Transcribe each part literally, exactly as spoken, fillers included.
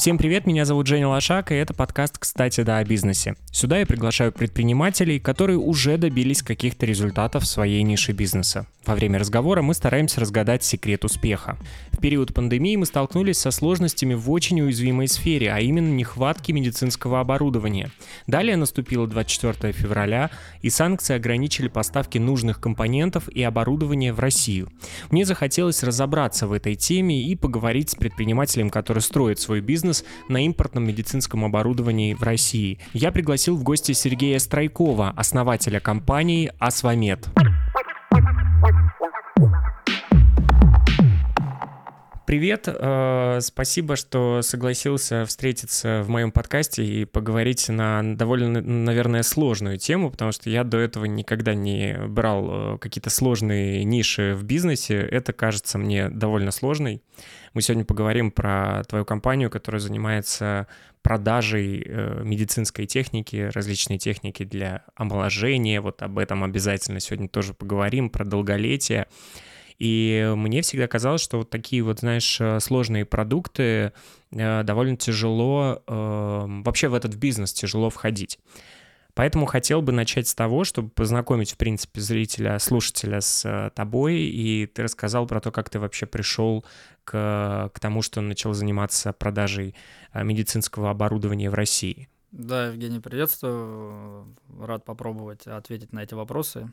Всем привет, меня зовут Женя Лошак, и это подкаст «Кстати, да, о бизнесе». Сюда я приглашаю предпринимателей, которые уже добились каких-то результатов в своей нише бизнеса. Во время разговора мы стараемся разгадать секрет успеха. В период пандемии мы столкнулись со сложностями в очень уязвимой сфере, а именно нехватки медицинского оборудования. Далее наступило двадцать четвёртого февраля, и санкции ограничили поставки нужных компонентов и оборудования в Россию. Мне захотелось разобраться в этой теме и поговорить с предпринимателем, который строит свой бизнес на импортном медицинском оборудовании в России. Я пригласил в гости Сергея Страйкова, основателя компании «Асвамед». Привет, э, спасибо, что согласился встретиться в моем подкасте и поговорить на довольно, наверное, сложную тему, потому что я до этого никогда не брал какие-то сложные ниши в бизнесе. Это кажется мне довольно сложной. Мы сегодня поговорим про твою компанию, которая занимается продажей э, медицинской техники, различной техники для омоложения. Вот об этом обязательно сегодня тоже поговорим, про долголетие. И мне всегда казалось, что вот такие вот, знаешь, сложные продукты э, довольно тяжело, э, вообще в этот бизнес тяжело входить. Поэтому хотел бы начать с того, чтобы познакомить, в принципе, зрителя, слушателя с тобой, и ты рассказал про то, как ты вообще пришел к, к тому, что начал заниматься продажей медицинского оборудования в России. Да, Евгений, приветствую. Рад попробовать ответить на эти вопросы.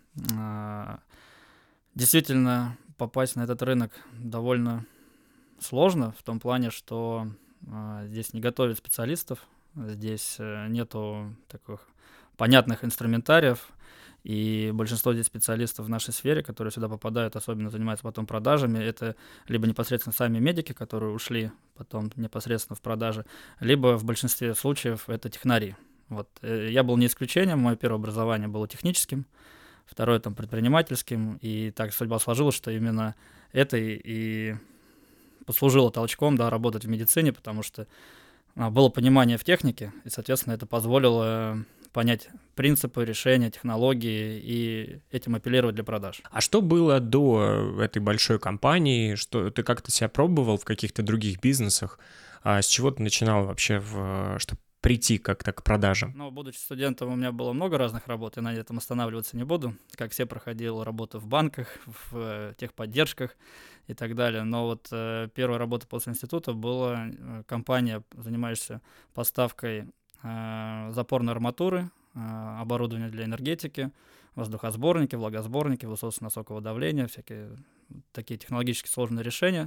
Действительно, попасть на этот рынок довольно сложно, в том плане, что здесь не готовят специалистов, здесь нету таких понятных инструментариев, и большинство здесь специалистов в нашей сфере, которые сюда попадают, особенно занимаются потом продажами, это либо непосредственно сами медики, которые ушли потом непосредственно в продажи, либо в большинстве случаев это технари. Вот. Я был не исключением, мое первое образование было техническим, второе там предпринимательским, и так судьба сложилась, что именно это и, и послужило толчком, да, работать в медицине, потому что а, было понимание в технике, и, соответственно, это позволило понять принципы, решения, технологии и этим апеллировать для продаж. А что было до этой большой компании? Что ты как-то себя пробовал в каких-то других бизнесах? А с чего ты начинал вообще, в, чтобы прийти как-то к продажам? Ну, будучи студентом, у меня было много разных работ, я на этом останавливаться не буду. Как все, проходил работу в банках, в э, техподдержках и так далее. Но вот э, первая работа после института была э, компания, занимающаяся поставкой э, запорной арматуры, э, оборудования для энергетики, воздухосборники, влагосборники, высоко-высокого давления, всякие такие технологически сложные решения.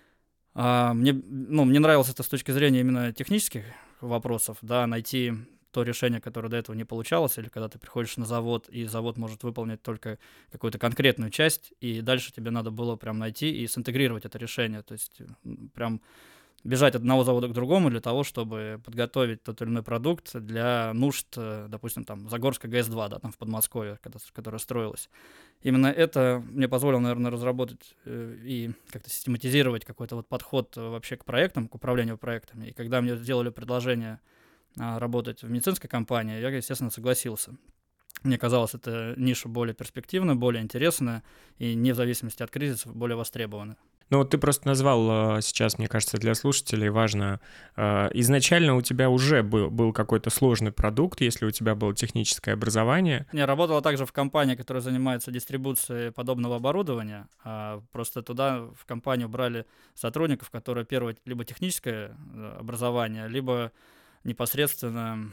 А, мне, ну, мне нравилось это с точки зрения именно технических вопросов, да, найти то решение, которое до этого не получалось, или когда ты приходишь на завод, и завод может выполнить только какую-то конкретную часть, и дальше тебе надо было прям найти и синтегрировать это решение, то есть прям бежать от одного завода к другому для того, чтобы подготовить тот или иной продукт для нужд, допустим, там, Загорской ГЭС два, да, там в Подмосковье, которая строилась. Именно это мне позволило, наверное, разработать э, и как-то систематизировать какой-то вот подход вообще к проектам, к управлению проектами. И когда мне сделали предложение а, работать в медицинской компании, я, естественно, согласился. Мне казалось, эта ниша более перспективная, более интересная и не в зависимости от кризисов более востребованная. Ну вот ты просто назвал сейчас, мне кажется, для слушателей важно, изначально у тебя уже был, был какой-то сложный продукт, если у тебя было техническое образование. Я работала также в компании, которая занимается дистрибуцией подобного оборудования. Просто туда в компанию брали сотрудников, которые первое либо техническое образование, либо непосредственно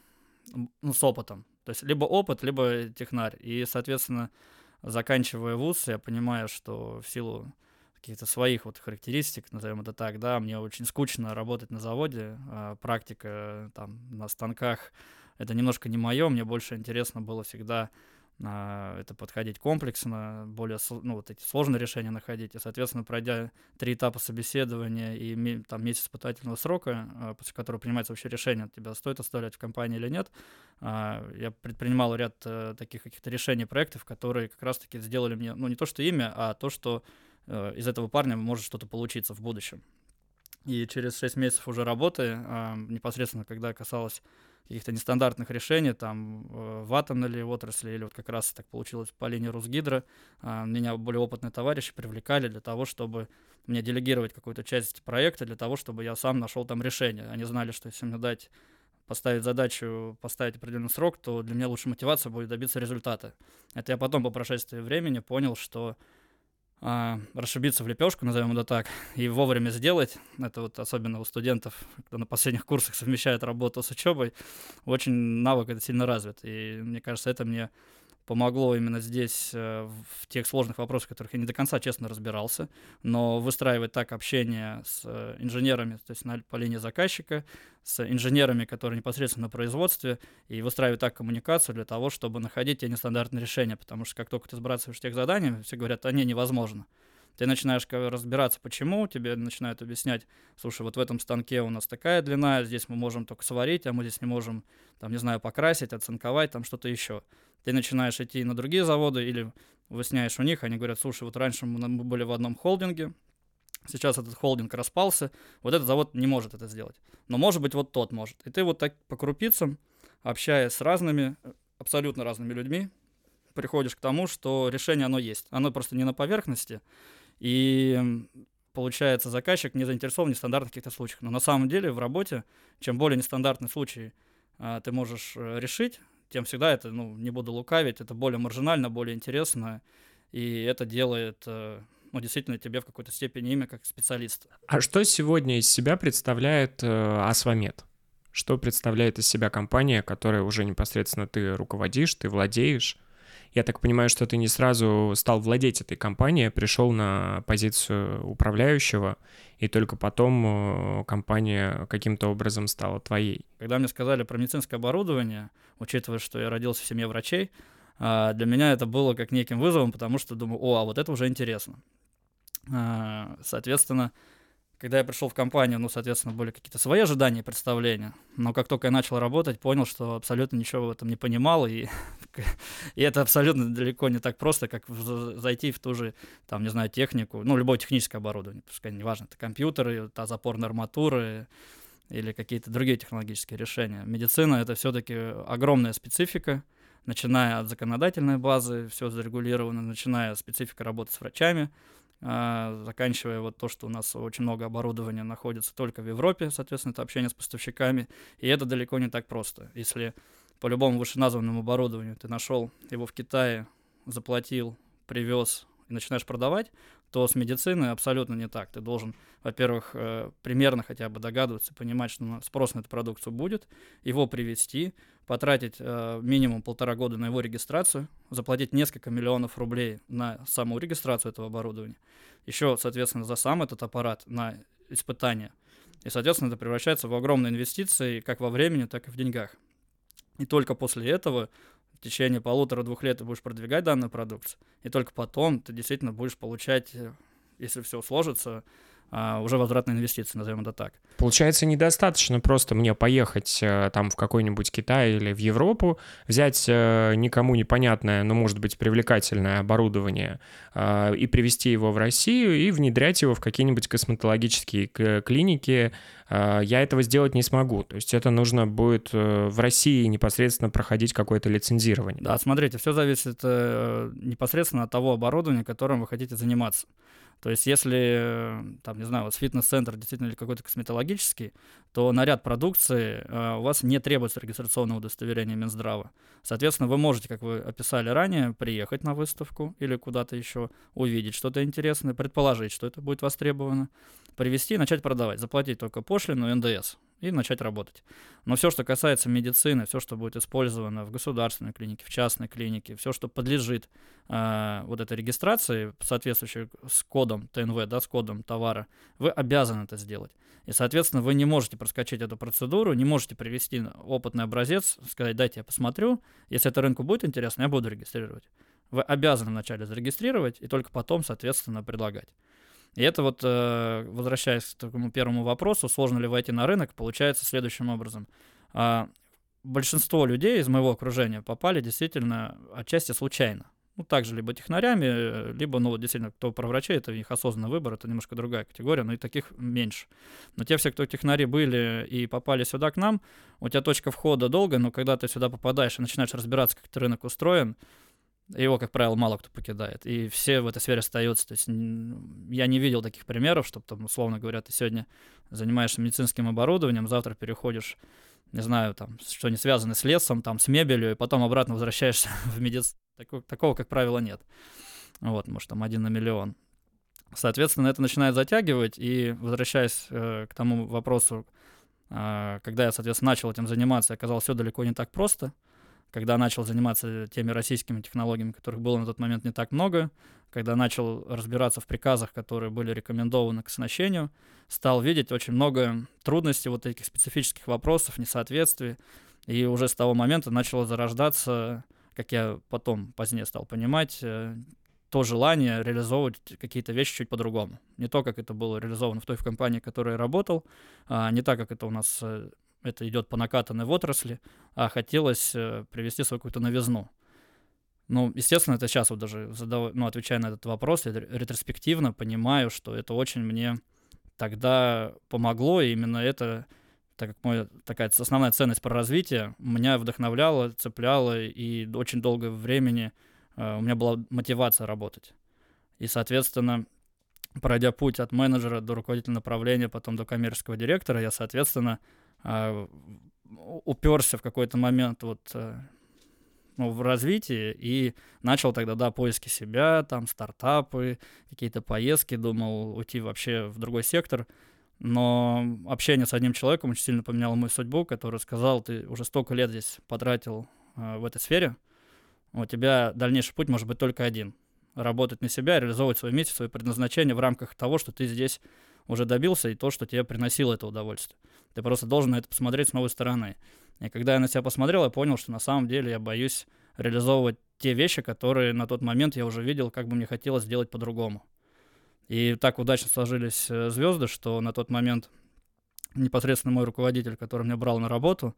ну, с опытом. То есть либо опыт, либо технарь. И, соответственно, заканчивая вуз, я понимаю, что в силу каких-то своих вот характеристик, назовем это так, да, мне очень скучно работать на заводе, а практика там на станках, это немножко не мое, мне больше интересно было всегда а, это подходить комплексно, более, ну, вот эти сложные решения находить, и, соответственно, пройдя три этапа собеседования и там месяц испытательного срока, а, после которого принимается вообще решение, тебя стоит оставлять в компании или нет, а, я предпринимал ряд а, таких каких-то решений, проектов, которые как раз-таки сделали мне, ну, не то что имя, а то, что из этого парня может что-то получиться в будущем. И через шесть месяцев уже работы, непосредственно когда касалось каких-то нестандартных решений, там, в атомной ли отрасли, или вот как раз так получилось по линии Русгидро, меня более опытные товарищи привлекали для того, чтобы мне делегировать какую-то часть проекта, для того, чтобы я сам нашел там решение. Они знали, что если мне дать поставить задачу, поставить определенный срок, то для меня лучшая мотивация будет добиться результата. Это я потом по прошествии времени понял, что а, расшибиться в лепешку, назовем это так, и вовремя сделать, это вот особенно у студентов, кто на последних курсах совмещает работу с учебой, очень навык это сильно развит. И мне кажется, это мне помогло именно здесь, в тех сложных вопросах, в которых я не до конца честно разбирался, но выстраивать так общение с инженерами, то есть на, по линии заказчика, с инженерами, которые непосредственно на производстве, и выстраивать так коммуникацию для того, чтобы находить те нестандартные решения, потому что как только ты сбрасываешь тех заданий, все говорят, а не, невозможно. Ты начинаешь разбираться, почему, тебе начинают объяснять, слушай, вот в этом станке у нас такая длина, здесь мы можем только сварить, а мы здесь не можем, там, не знаю, покрасить, оцинковать, там что-то еще. Ты начинаешь идти на другие заводы или выясняешь у них, они говорят, слушай, вот раньше мы были в одном холдинге, сейчас этот холдинг распался, вот этот завод не может это сделать, но может быть вот тот может. И ты вот так по крупицам, общаясь с разными, абсолютно разными людьми, приходишь к тому, что решение оно есть. Оно просто не на поверхности, и получается заказчик не заинтересован в нестандартных каких-то случаях. Но на самом деле в работе, чем более нестандартный случай а, ты можешь а, решить, тем всегда это, ну, не буду лукавить, это более маржинально, более интересно, и это делает, ну, действительно тебе в какой-то степени имя как специалиста. А что сегодня из себя представляет э, Асвамед? Что представляет из себя компания, которой уже непосредственно ты руководишь, ты владеешь? Я так понимаю, что ты не сразу стал владеть этой компанией, пришел на позицию управляющего, и только потом компания каким-то образом стала твоей. Когда мне сказали про медицинское оборудование, учитывая, что я родился в семье врачей, для меня это было как неким вызовом, потому что думаю, о, а вот это уже интересно. Соответственно, когда я пришел в компанию, ну, соответственно, были какие-то свои ожидания и представления, но как только я начал работать, понял, что абсолютно ничего в этом не понимал, и, и это абсолютно далеко не так просто, как в, зайти в ту же, там, не знаю, технику, ну, любое техническое оборудование, пускай неважно, это компьютеры, это запорные арматуры или какие-то другие технологические решения. Медицина — это все-таки огромная специфика, начиная от законодательной базы, все зарегулировано, начиная специфика работы с врачами, заканчивая вот то, что у нас очень много оборудования находится только в Европе, соответственно, это общение с поставщиками, и это далеко не так просто. Если по любому вышеназванному оборудованию ты нашел его в Китае, заплатил, привез и начинаешь продавать, то с медициной абсолютно не так. Ты должен, во-первых, примерно хотя бы догадываться, понимать, что спрос на эту продукцию будет, его привезти, потратить э, минимум полтора года на его регистрацию, заплатить несколько миллионов рублей на саму регистрацию этого оборудования, еще, соответственно, за сам этот аппарат на испытания. И, соответственно, это превращается в огромные инвестиции как во времени, так и в деньгах. И только после этого в течение полутора-двух лет ты будешь продвигать данную продукцию, и только потом ты действительно будешь получать, если все сложится, уже возвратные инвестиции, назовем это так. Получается, недостаточно просто мне поехать там в какой-нибудь Китай или в Европу, взять никому непонятное, но может быть привлекательное оборудование и привезти его в Россию и внедрять его в какие-нибудь косметологические клиники. Я этого сделать не смогу. То есть это нужно будет в России непосредственно проходить какое-то лицензирование. Да, смотрите, все зависит непосредственно от того оборудования, которым вы хотите заниматься. То есть если, там, не знаю, у вас фитнес-центр действительно или какой-то косметологический, то на ряд продукции э, у вас не требуется регистрационного удостоверения Минздрава. Соответственно, вы можете, как вы описали ранее, приехать на выставку или куда-то еще, увидеть что-то интересное, предположить, что это будет востребовано, привезти и начать продавать, заплатить только пошлину, эн дэ эс и начать работать. Но все, что касается медицины, все, что будет использовано в государственной клинике, в частной клинике, все, что подлежит э, вот этой регистрации, соответствующей с кодом тэ эн вэ, да, с кодом товара, вы обязаны это сделать. И, соответственно, вы не можете проскочить эту процедуру, не можете привести опытный образец, сказать, дайте я посмотрю, если это рынку будет интересно, я буду регистрировать. Вы обязаны вначале зарегистрировать и только потом, соответственно, предлагать. И это вот, возвращаясь к такому первому вопросу, сложно ли войти на рынок, получается следующим образом. Большинство людей из моего окружения попали действительно отчасти случайно. ну, также либо технарями, либо, ну, вот действительно, кто про врачей, это их осознанный выбор, это немножко другая категория, но и таких меньше. Но те все, кто технари были и попали сюда к нам, у тебя точка входа долгая, но когда ты сюда попадаешь и начинаешь разбираться, как этот рынок устроен, его, как правило, мало кто покидает, и все в этой сфере остаются. То есть я не видел таких примеров, чтобы, там, условно говоря, ты сегодня занимаешься медицинским оборудованием, завтра переходишь, не знаю, там, что не связано с лесом, там, с мебелью, и потом обратно возвращаешься в медицину. Такого, такого, как правило, нет. Вот, может, там один на миллион. Соответственно, это начинает затягивать, и, возвращаясь э, к тому вопросу, э, когда я, соответственно, начал этим заниматься, оказалось, все далеко не так просто. Когда начал заниматься теми российскими технологиями, которых было на тот момент не так много, когда начал разбираться в приказах, которые были рекомендованы к оснащению, стал видеть очень много трудностей, вот таких специфических вопросов, несоответствий, и уже с того момента начало зарождаться, как я потом позднее стал понимать, то желание реализовывать какие-то вещи чуть по-другому. Не то, как это было реализовано в той компании, в которой я работал, а не так, как это у нас... это идет по накатанной в отрасли, а хотелось э, привести свою какую-то новизну. Ну, естественно, это сейчас вот даже задав... ну, отвечая на этот вопрос, я ретроспективно понимаю, что это очень мне тогда помогло, и именно это, так как моя такая основная ценность про развитие, меня вдохновляло, цепляло, и очень долгое времени э, у меня была мотивация работать. И, соответственно, пройдя путь от менеджера до руководителя направления, потом до коммерческого директора, я, соответственно, уперся в какой-то момент вот, ну, в развитии и начал тогда, да, поиски себя, там, стартапы, какие-то поездки, думал уйти вообще в другой сектор, но общение с одним человеком очень сильно поменяло мою судьбу, который сказал: ты уже столько лет здесь потратил э, в этой сфере, у тебя дальнейший путь может быть только один — работать на себя, реализовывать свою миссию, свое предназначение в рамках того, что ты здесь уже добился, и то, что тебе приносило это удовольствие. Ты просто должен на это посмотреть с новой стороны. И когда я на себя посмотрел, я понял, что на самом деле я боюсь реализовывать те вещи, которые на тот момент я уже видел, как бы мне хотелось сделать по-другому. И так удачно сложились звезды, что на тот момент непосредственно мой руководитель, который меня брал на работу,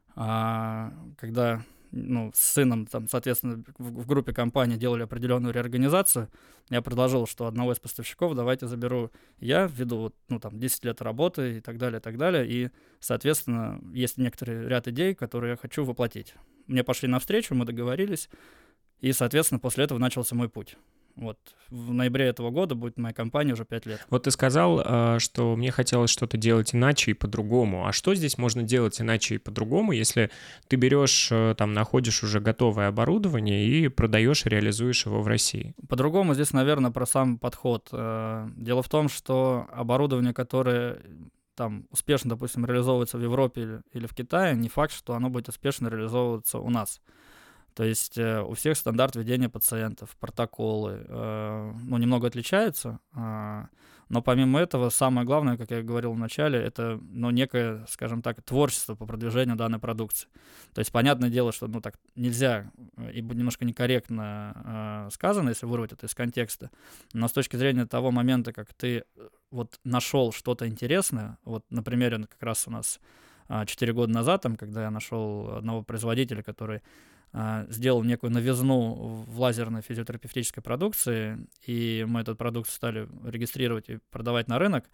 а, когда... ну, с сыном, там, соответственно, в, в группе компании делали определенную реорганизацию, я предложил, что одного из поставщиков давайте заберу я, ввиду, вот, ну, там, десять лет работы и так далее, и так далее, и, соответственно, есть некоторый ряд идей, которые я хочу воплотить. Мне пошли навстречу, мы договорились, и, соответственно, после этого начался мой путь. Вот в ноябре этого года будет моя компания уже пять лет. Вот ты сказал, что мне хотелось что-то делать иначе и по-другому. А что здесь можно делать иначе и по-другому, если ты берешь, там, находишь уже готовое оборудование и продаешь, реализуешь его в России? По-другому здесь, наверное, про сам подход. Дело в том, что оборудование, которое там успешно, допустим, реализовывается в Европе или, или в Китае, не факт, что оно будет успешно реализовываться у нас. То есть э, у всех стандарт ведения пациентов, протоколы, э, ну, немного отличаются, э, но помимо этого самое главное, как я говорил в начале, это, ну, некое, скажем так, творчество по продвижению данной продукции. То есть понятное дело, что, ну, так нельзя, и будет немножко некорректно э, сказано, если вырвать это из контекста, но с точки зрения того момента, как ты вот нашел что-то интересное, вот на примере как раз у нас четыре года назад, там, когда я нашел одного производителя, который сделал некую новизну в лазерной физиотерапевтической продукции, и мы этот продукт стали регистрировать и продавать на рынок,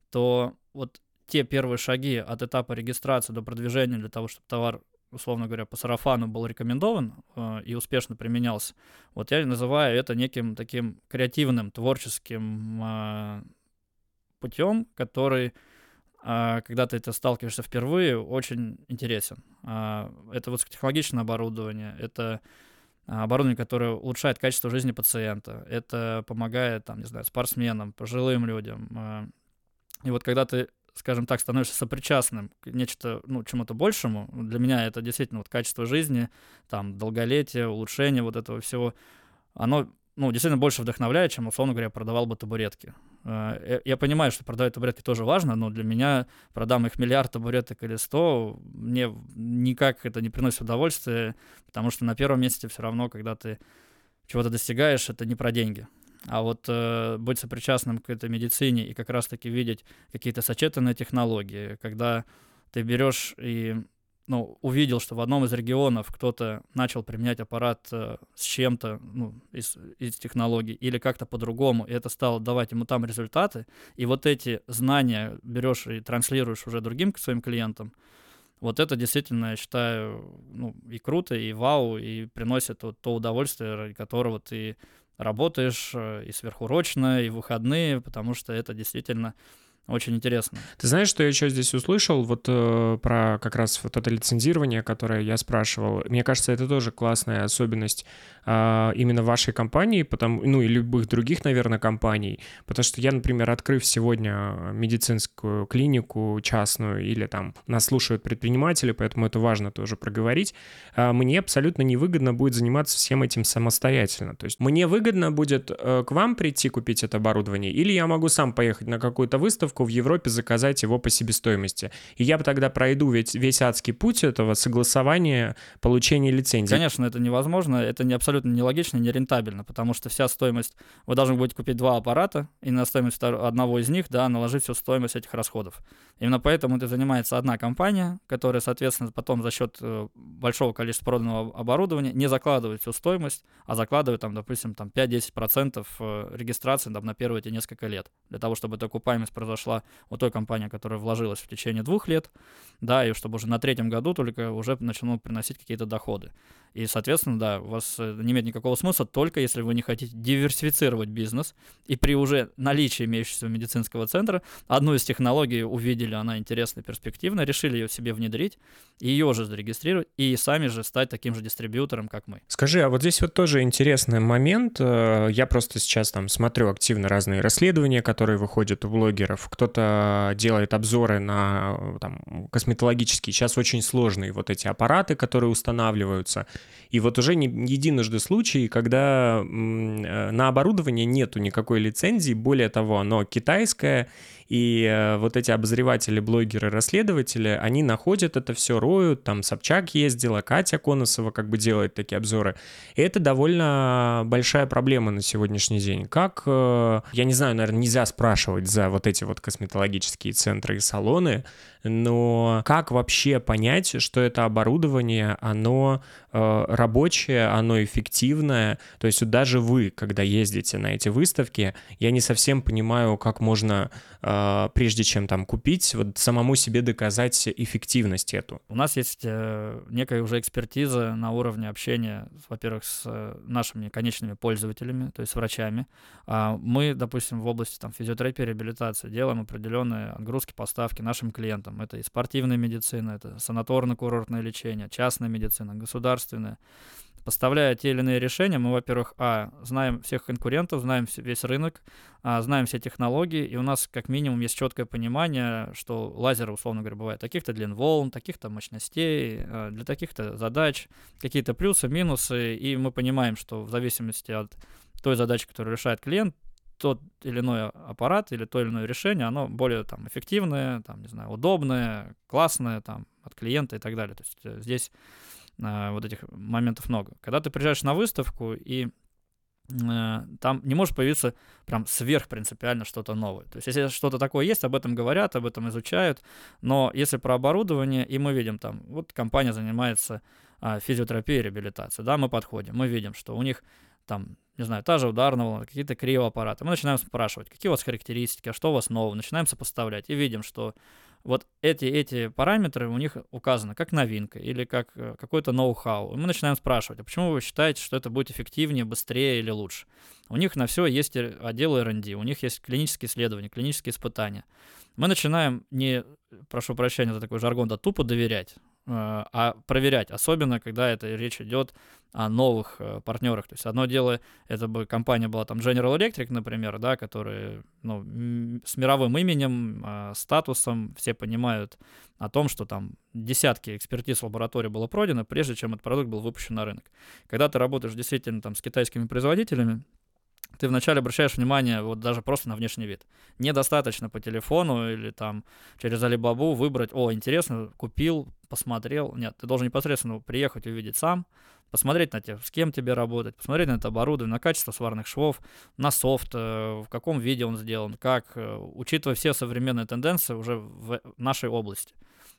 то вот те первые шаги от этапа регистрации до продвижения для того, чтобы товар, условно говоря, по сарафану был рекомендован э, и успешно применялся, вот я называю это неким таким креативным, творческим э, путем, который... когда ты это сталкиваешься впервые, очень интересен. Это высокотехнологичное оборудование, это оборудование, которое улучшает качество жизни пациента, это помогает, там, не знаю, спортсменам, пожилым людям. И вот когда ты, скажем так, становишься сопричастным к нечто, ну, чему-то большему, для меня это действительно вот качество жизни, там, долголетие, улучшение вот этого всего, оно, ну, действительно больше вдохновляет, чем, условно говоря, продавал бы табуретки. Я понимаю, что продавать табуретки тоже важно, но для меня, продам их миллиард табуреток или сто, мне никак это не приносит удовольствия, потому что на первом месте все равно, когда ты чего-то достигаешь, это не про деньги. А вот э, быть сопричастным к этой медицине и как раз-таки видеть какие-то сочетанные технологии, когда ты берешь и ну, увидел, что в одном из регионов кто-то начал применять аппарат э, с чем-то, ну, из, из технологий или как-то по-другому, и это стало давать ему там результаты, и вот эти знания берешь и транслируешь уже другим своим клиентам, вот это действительно, я считаю, ну, и круто, и вау, и приносит вот то удовольствие, ради которого ты работаешь э, и сверхурочно, и в выходные, потому что это действительно очень интересно. Ты знаешь, что я еще здесь услышал? Вот э, про как раз вот это лицензирование, которое я спрашивал. Мне кажется, это тоже классная особенность э, именно вашей компании, потому, ну и любых других, наверное, компаний. Потому что я, например, открыв сегодня медицинскую клинику частную, или там нас слушают предприниматели, поэтому это важно тоже проговорить, э, мне абсолютно невыгодно будет заниматься всем этим самостоятельно. То есть мне выгодно будет э, к вам прийти купить это оборудование, или я могу сам поехать на какую-то выставку в Европе, заказать его по себестоимости. И я тогда пройду ведь весь адский путь этого согласования, получения лицензии. Конечно, это невозможно, это не абсолютно нелогично, не рентабельно, потому что вся стоимость, вы должны будете купить два аппарата, и на стоимость одного из них, да, наложить всю стоимость этих расходов. Именно поэтому это занимается одна компания, которая, соответственно, потом за счет большого количества проданного оборудования не закладывает всю стоимость, а закладывает, там, допустим, там, пять-десять процентов регистрации там, на первые эти несколько лет, для того, чтобы эта окупаемость произошла у той компании, которая вложилась в течение двух лет, да, и чтобы уже на третьем году только уже начало приносить какие-то доходы. И, соответственно, да, у вас не имеет никакого смысла, только если вы не хотите диверсифицировать бизнес, и при уже наличии имеющегося медицинского центра одну из технологий увидели, она интересная, перспективная, решили ее себе внедрить, и ее же зарегистрировать, и сами же стать таким же дистрибьютором, как мы. Скажи, а вот здесь вот тоже интересный момент. Я просто сейчас там смотрю активно разные расследования, которые выходят у блогеров. Кто-то делает обзоры на там, косметологические, сейчас очень сложные вот эти аппараты, которые устанавливаются. И вот уже не единожды случаи, когда на оборудование нету никакой лицензии, более того, оно китайское, и вот эти обозреватели, блогеры, расследователи, они находят это все, роют, там Собчак ездила, Катя Конусова как бы делает такие обзоры. И это довольно большая проблема на сегодняшний день. Как, я не знаю, наверное, нельзя спрашивать за вот эти вот косметологические центры и салоны, но как вообще понять, что это оборудование, оно э, рабочее, оно эффективное? То есть вот даже вы, когда ездите на эти выставки, я не совсем понимаю, как можно, э, прежде чем там купить, вот самому себе доказать эффективность эту. У нас есть э, некая уже экспертиза на уровне общения, во-первых, с э, нашими конечными пользователями, то есть с врачами. А мы, допустим, в области там, физиотерапии, реабилитации делаем определенные отгрузки, поставки нашим клиентам. Это и спортивная медицина, это санаторно-курортное лечение, частная медицина, государственная. Поставляя те или иные решения, мы, во-первых, а, знаем всех конкурентов, знаем весь рынок, а, знаем все технологии, и у нас как минимум есть четкое понимание, что лазеры, условно говоря, бывают таких-то длин волн, таких-то мощностей, а, для таких-то задач, какие-то плюсы, минусы, и мы понимаем, что в зависимости от той задачи, которую решает клиент, тот или иной аппарат или то или иное решение, оно более там, эффективное, там, не знаю, удобное, классное там, от клиента и так далее. То есть здесь э, вот этих моментов много. Когда ты приезжаешь на выставку, и э, там не может появиться прям сверхпринципиально что-то новое. То есть если что-то такое есть, об этом говорят, об этом изучают, но если про оборудование, и мы видим там, вот компания занимается э, физиотерапией и реабилитацией, да, мы подходим, мы видим, что у них там, не знаю, та же ударная волна, какие-то криоаппараты. Мы начинаем спрашивать, какие у вас характеристики, а что у вас нового, начинаем сопоставлять и видим, что вот эти, эти параметры у них указаны как новинка или как какой-то ноу-хау. И мы начинаем спрашивать, а почему вы считаете, что это будет эффективнее, быстрее или лучше? У них на все есть отдел эр энд ди, у них есть клинические исследования, клинические испытания. Мы начинаем не, прошу прощения за такой жаргон, да тупо доверять, а проверять, особенно когда это речь идет о новых э, партнерах. То есть одно дело, это бы компания была там General Electric, например, да, которые ну, м- с мировым именем, э, статусом, все понимают о том, что там десятки экспертиз лабораторий было пройдено, прежде чем этот продукт был выпущен на рынок. Когда ты работаешь действительно там с китайскими производителями, ты вначале обращаешь внимание вот даже просто на внешний вид. Недостаточно по телефону или там через Alibaba выбрать, о, интересно, купил, посмотрел. Нет, ты должен непосредственно приехать увидеть сам, посмотреть на тех, с кем тебе работать, посмотреть на это оборудование, на качество сварных швов, на софт, в каком виде он сделан, как, учитывая все современные тенденции уже в нашей области.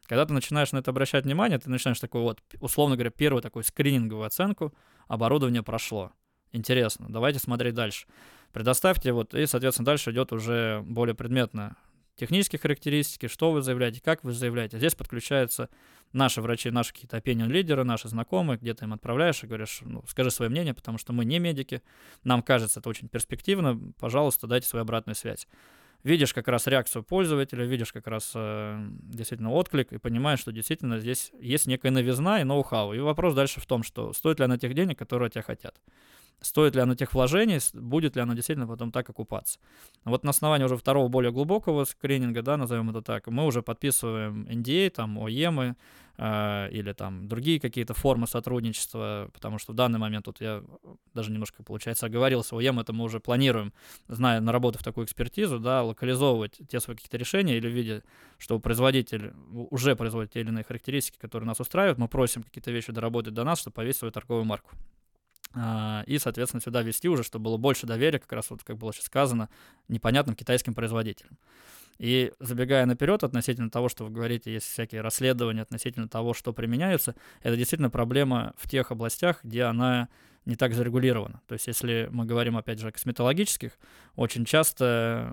Когда ты начинаешь на это обращать внимание, ты начинаешь такой вот, условно говоря, первую такую скрининговую оценку, оборудование прошло. Интересно, давайте смотреть дальше. Предоставьте, вот, и, соответственно, дальше идет уже более предметно технические характеристики, что вы заявляете, как вы заявляете. Здесь подключаются наши врачи, наши какие-то opinion-лидеры, наши знакомые, где-то им отправляешь и говоришь, ну, скажи свое мнение, потому что мы не медики, нам кажется это очень перспективно, пожалуйста, дайте свою обратную связь. Видишь как раз реакцию пользователя, видишь как раз э, действительно отклик и понимаешь, что действительно здесь есть некая новизна и ноу-хау. И вопрос дальше в том, что стоит ли она тех денег, которые от тебя хотят. Стоит ли оно тех вложений, будет ли оно действительно потом так окупаться. Вот на основании уже второго, более глубокого скрининга, да, назовем это так, мы уже подписываем эн ди эй, там, о и эм э, или там другие какие-то формы сотрудничества, потому что в данный момент, вот я даже немножко, получается, оговорился, о и эм это мы уже планируем, зная, наработав такую экспертизу, да, локализовывать те свои какие-то решения или в виде, что производитель уже производит те или иные характеристики, которые нас устраивают, мы просим какие-то вещи доработать до нас, чтобы повесить свою торговую марку. И, соответственно, сюда ввести уже, чтобы было больше доверия, как раз вот, как было сейчас сказано, непонятным китайским производителям. И забегая наперед относительно того, что вы говорите, есть всякие расследования относительно того, что применяется, это действительно проблема в тех областях, где она не так зарегулирована. То есть если мы говорим, опять же, о косметологических, очень часто,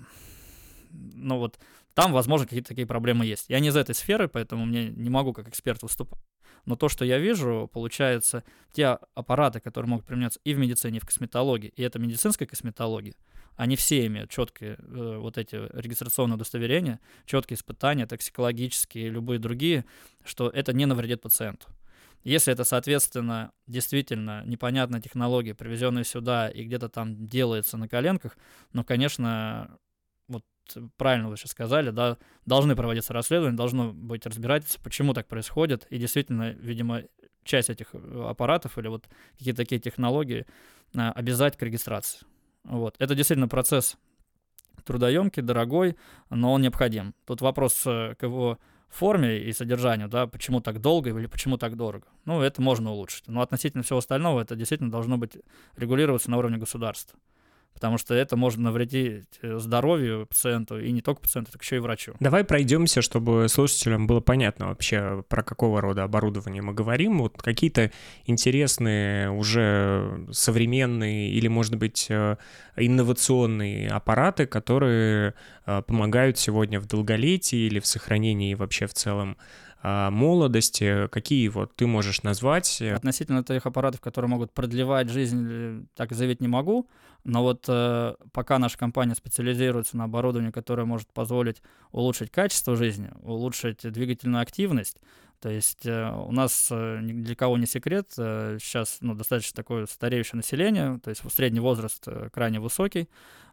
ну вот, там, возможно, какие-то такие проблемы есть. Я не из этой сферы, поэтому мне не могу как эксперт выступать. Но то, что я вижу, получается, те аппараты, которые могут применяться и в медицине, и в косметологии, и это медицинская косметология, они все имеют четкие э, вот эти регистрационные удостоверения, четкие испытания, токсикологические и любые другие, что это не навредит пациенту. Если это, соответственно, действительно непонятная технология, привезенная сюда и где-то там делается на коленках, ну, конечно, вот правильно вы сейчас сказали, да, должны проводиться расследования, должно быть разбирательство, почему так происходит, и действительно, видимо, часть этих аппаратов или вот какие-то такие технологии а, обязать к регистрации. Вот. Это действительно процесс трудоемкий, дорогой, но он необходим. Тут вопрос к его форме и содержанию, да, почему так долго или почему так дорого. Ну, это можно улучшить. Но относительно всего остального это действительно должно быть регулироваться на уровне государства. Потому что это может навредить здоровью пациенту, и не только пациенту, так еще и врачу. Давай пройдемся, чтобы слушателям было понятно вообще, про какого рода оборудование мы говорим. Вот какие-то интересные, уже современные или, может быть, инновационные аппараты, которые помогают сегодня в долголетии или в сохранении вообще в целом молодости, какие вот ты можешь назвать? Относительно тех аппаратов, которые могут продлевать жизнь, так заявить не могу, но вот э, пока наша компания специализируется на оборудовании, которое может позволить улучшить качество жизни, улучшить двигательную активность, то есть э, у нас э, ни для кого не секрет, э, сейчас ну, достаточно такое стареющее население, то есть средний возраст э, крайне высокий,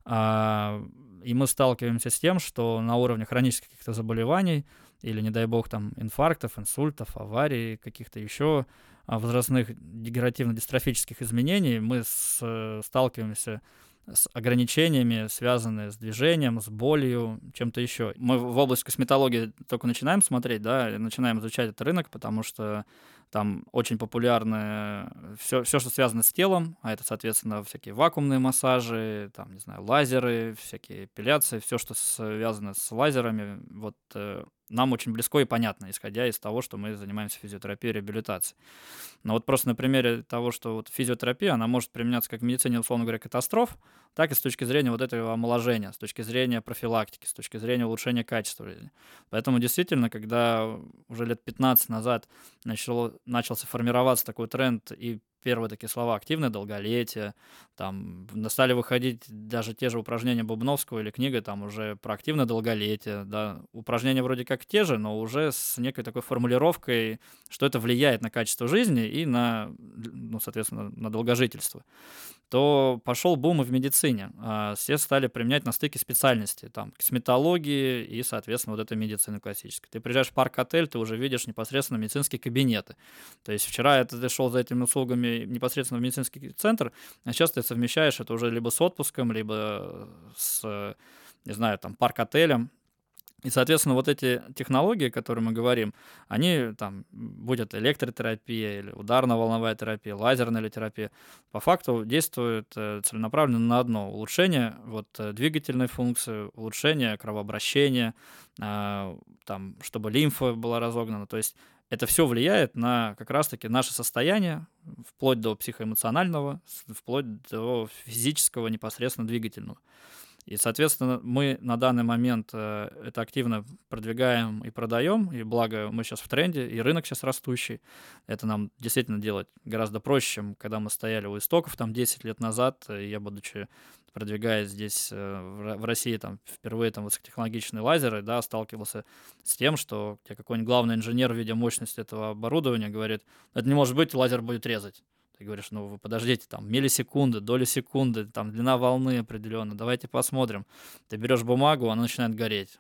э, и мы сталкиваемся с тем, что на уровне хронических каких-то заболеваний или, не дай бог, там, инфарктов, инсультов, аварий, каких-то еще возрастных дегенеративно-дистрофических изменений, мы с, сталкиваемся с ограничениями, связанными с движением, с болью, чем-то еще. Мы в область косметологии только начинаем смотреть, да, начинаем изучать этот рынок, потому что там очень популярны все, все, что связано с телом, а это, соответственно, всякие вакуумные массажи, там, не знаю, лазеры, всякие эпиляции, все, что связано с лазерами, вот э, нам очень близко и понятно, исходя из того, что мы занимаемся физиотерапией и реабилитацией. Но вот просто на примере того, что вот физиотерапия, она может применяться как в медицине, условно говоря, катастроф, так и с точки зрения вот этого омоложения, с точки зрения профилактики, с точки зрения улучшения качества жизни. Поэтому действительно, когда уже лет пятнадцать назад начало, начался формироваться такой тренд и первые такие слова «активное долголетие», там стали выходить даже те же упражнения Бубновского или книга там уже про активное долголетие, да, упражнения вроде как те же, но уже с некой такой формулировкой, что это влияет на качество жизни и на, ну, соответственно, на долгожительство, то пошел бум и в медицине. Все стали применять на стыке специальностей, там, косметологии и, соответственно, вот этой медицины классической. Ты приезжаешь в парк-отель, ты уже видишь непосредственно медицинские кабинеты. То есть вчера это ты шел за этими услугами непосредственно в медицинский центр, а сейчас ты совмещаешь это уже либо с отпуском, либо с, не знаю, там, парк-отелем. И, соответственно, вот эти технологии, о которых мы говорим, они там, будет электротерапия или ударно-волновая терапия, лазерная или терапия, по факту действуют э, целенаправленно на одно — улучшение вот, э, двигательной функции, улучшение кровообращения, а, там, чтобы лимфа была разогнана. То есть это все влияет на как раз-таки наше состояние, вплоть до психоэмоционального, с- вплоть до физического, непосредственно двигательного. И, соответственно, мы на данный момент э, это активно продвигаем и продаем, и благо мы сейчас в тренде, и рынок сейчас растущий. Это нам действительно делать гораздо проще, чем когда мы стояли у истоков там десять лет назад. И я, будучи продвигаясь здесь э, в Ро- в России там впервые там высокотехнологичные лазеры, да, сталкивался с тем, что тебе какой-нибудь главный инженер, видя мощность этого оборудования, говорит: это не может быть, лазер будет резать. Ты говоришь: ну вы подождите, там миллисекунды, доли секунды, там длина волны определенно, давайте посмотрим. Ты берешь бумагу, она начинает гореть.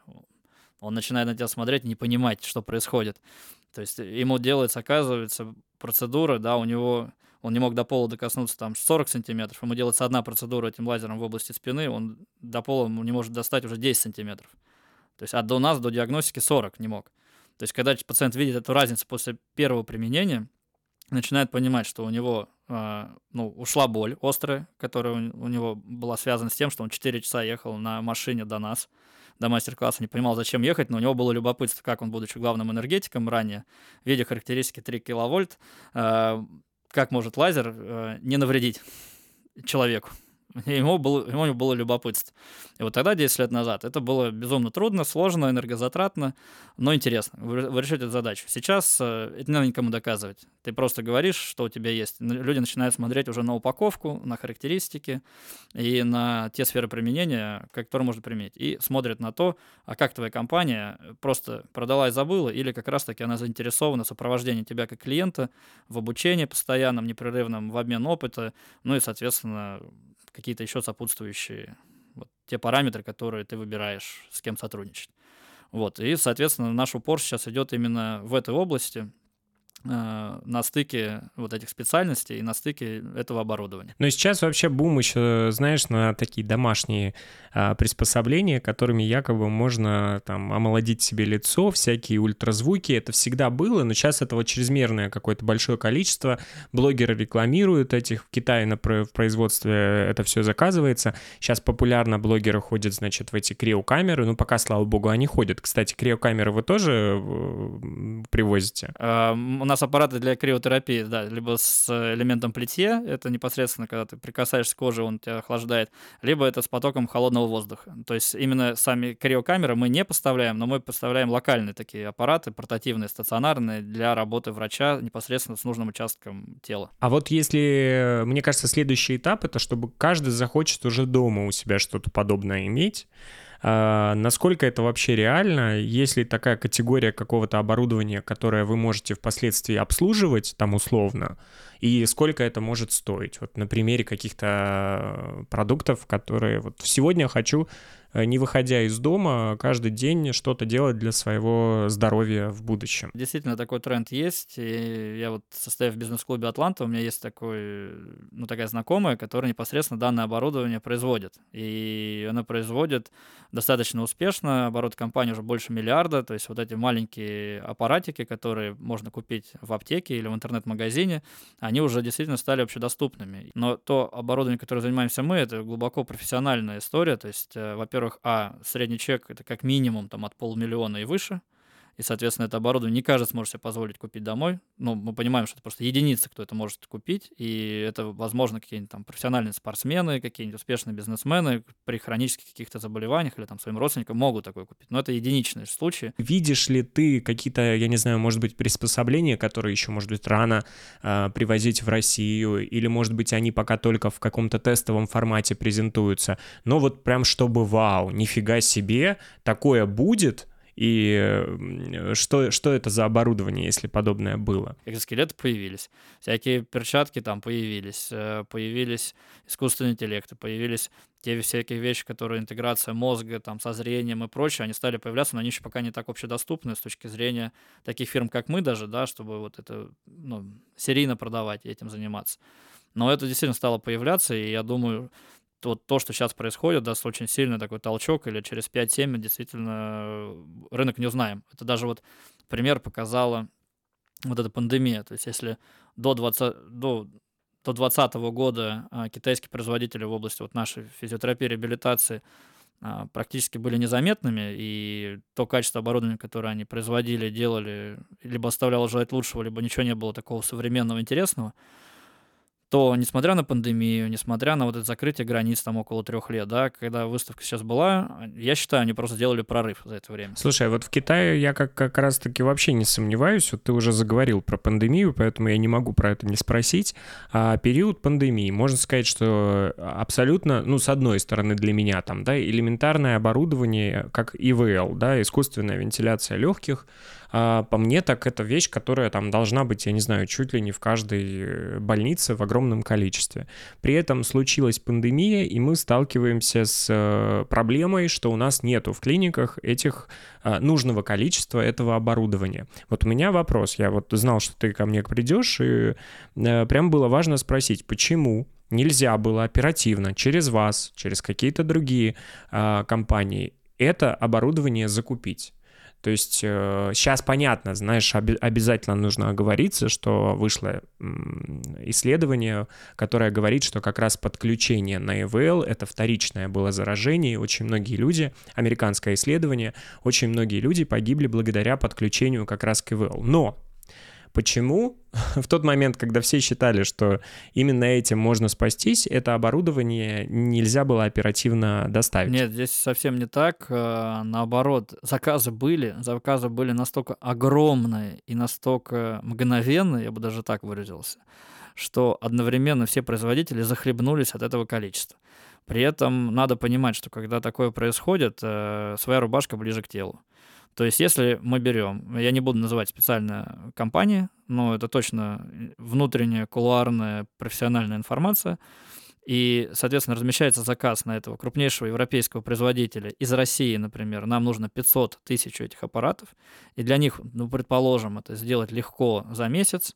Он начинает на тебя смотреть, не понимать, что происходит. То есть ему делается, оказывается, процедура, да, у него, он не мог до пола докоснуться там сорок сантиметров, ему делается одна процедура этим лазером в области спины, он до пола ему не может достать уже десять сантиметров. То есть, а до нас, до диагностики сорок не мог. То есть, когда пациент видит эту разницу после первого применения, начинает понимать, что у него а, ну, ушла боль острая, которая у, у него была связана с тем, что он четыре часа ехал на машине до нас, до мастер-класса, не понимал, зачем ехать, но у него было любопытство, как он, будучи главным энергетиком ранее, видя характеристики три киловольт, а, как может лазер а, не навредить человеку. Ему было, ему было любопытство. И вот тогда, десять лет назад, это было безумно трудно, сложно, энергозатратно, но интересно. Вы, вы решите эту задачу. Сейчас э, это не надо никому доказывать. Ты просто говоришь, что у тебя есть. Н- Люди начинают смотреть уже на упаковку, на характеристики и на те сферы применения, которые можно применить. И смотрят на то, а как твоя компания просто продала и забыла, или как раз-таки она заинтересована в сопровождении тебя как клиента, в обучении постоянном, непрерывном, в обмен опыта, ну и, соответственно, какие-то еще сопутствующие вот, те параметры, которые ты выбираешь, с кем сотрудничать. Вот. И, соответственно, наш упор сейчас идет именно в этой области, э, на стыке вот этих специальностей и на стыке этого оборудования. Но сейчас вообще бум еще, знаешь, на такие домашние а, приспособления, которыми якобы можно там омолодить себе лицо, всякие ультразвуки. Это всегда было, но сейчас этого чрезмерное какое-то большое количество. Блогеры рекламируют этих. В Китае на про- в производстве это все заказывается. Сейчас популярно блогеры ходят, значит, в эти криокамеры. Ну, пока, слава богу, они ходят. Кстати, криокамеры вы тоже э, привозите? А, м, У нас аппараты для криотерапии, да, либо с элементом плитье, это непосредственно, когда ты прикасаешься к коже, он тебя охлаждает, либо это с потоком холодного воздуха. То есть именно сами криокамеры мы не поставляем, но мы поставляем локальные такие аппараты, портативные, стационарные, для работы врача непосредственно с нужным участком тела. А вот если, мне кажется, следующий этап — это чтобы каждый захочет уже дома у себя что-то подобное иметь. А, насколько это вообще реально? Есть ли такая категория какого-то оборудования, которое вы можете впоследствии обслуживать там условно? И сколько это может стоить? Вот на примере каких-то продуктов, которые вот сегодня хочу, э, не выходя из дома, каждый день что-то делать для своего здоровья в будущем. Действительно, такой тренд есть. И я вот состою в бизнес-клубе «Атланта», у меня есть такой, ну, такая знакомая, которая непосредственно данное оборудование производит. И она производит достаточно успешно. Оборот компании уже больше миллиарда. То есть вот эти маленькие аппаратики, которые можно купить в аптеке или в интернет-магазине, они уже действительно стали общедоступными. Но то оборудование, которым занимаемся мы, это глубоко профессиональная история. То есть, э, во-первых, а, средний чек — это как минимум там от полмиллиона и выше. И, соответственно, это оборудование не каждый сможет себе позволить купить домой. Ну, мы понимаем, что это просто единицы, кто это может купить. И это, возможно, какие-нибудь там профессиональные спортсмены, какие-нибудь успешные бизнесмены при хронических каких-то заболеваниях или там своим родственникам могут такое купить. Но это единичные случаи. Видишь ли ты какие-то, я не знаю, может быть, приспособления, которые еще, может быть, рано э, привозить в Россию, или, может быть, они пока только в каком-то тестовом формате презентуются, но вот прям чтобы вау, нифига себе, такое будет, и э, что, что это за оборудование, если подобное было? Экзоскелеты появились, всякие перчатки там появились, э, появились искусственные интеллекты, появились те всякие вещи, которые интеграция мозга там со зрением и прочее, они стали появляться, но они еще пока не так общедоступны с точки зрения таких фирм, как мы даже, да, чтобы вот это, ну, серийно продавать и этим заниматься. Но это действительно стало появляться, и я думаю, вот то, что сейчас происходит, даст очень сильный такой толчок, или через пять-семь действительно рынок не узнаем. Это даже вот пример показала вот эта пандемия. То есть если до двадцатого, до, до двадцатого года а, китайские производители в области вот нашей физиотерапии, реабилитации а, практически были незаметными, и то качество оборудования, которое они производили, делали, либо оставляло желать лучшего, либо ничего не было такого современного, интересного, то, несмотря на пандемию, несмотря на вот это закрытие границ там около трех лет, да, когда выставка сейчас была, я считаю, они просто сделали прорыв за это время. Слушай, а вот в Китае я как, как раз-таки вообще не сомневаюсь, вот ты уже заговорил про пандемию, поэтому я не могу про это не спросить. А период пандемии, можно сказать, что абсолютно, ну, с одной стороны для меня там, да, элементарное оборудование, как и вэ эл, да, искусственная вентиляция легких, а, по мне так это вещь, которая там должна быть, я не знаю, чуть ли не в каждой больнице в огромном количестве. При этом случилась пандемия, и мы сталкиваемся с проблемой, что у нас нету в клиниках этих а, нужного количества этого оборудования. Вот у меня вопрос, я вот знал, что ты ко мне придешь, и а, прям было важно спросить, почему нельзя было оперативно через вас, через какие-то другие а, компании это оборудование закупить? То есть э, сейчас понятно, знаешь, оби- обязательно нужно оговориться, что вышло м, исследование, которое говорит, что как раз подключение на и вэ эл — это вторичное было заражение, и очень многие люди, американское исследование, очень многие люди погибли благодаря подключению как раз к и вэ эл. Но почему в тот момент, когда все считали, что именно этим можно спастись, это оборудование нельзя было оперативно доставить? Нет, здесь совсем не так. э, Наоборот, заказы были, заказы были настолько огромные и настолько мгновенные, я бы даже так выразился, что одновременно все производители захлебнулись от этого количества. При этом надо понимать, что когда такое происходит, э, своя рубашка ближе к телу. То есть если мы берем, я не буду называть специально компании, но это точно внутренняя, кулуарная, профессиональная информация, и, соответственно, размещается заказ на этого крупнейшего европейского производителя из России, например, нам нужно пятьсот тысяч этих аппаратов, и для них, ну, предположим, это сделать легко за месяц,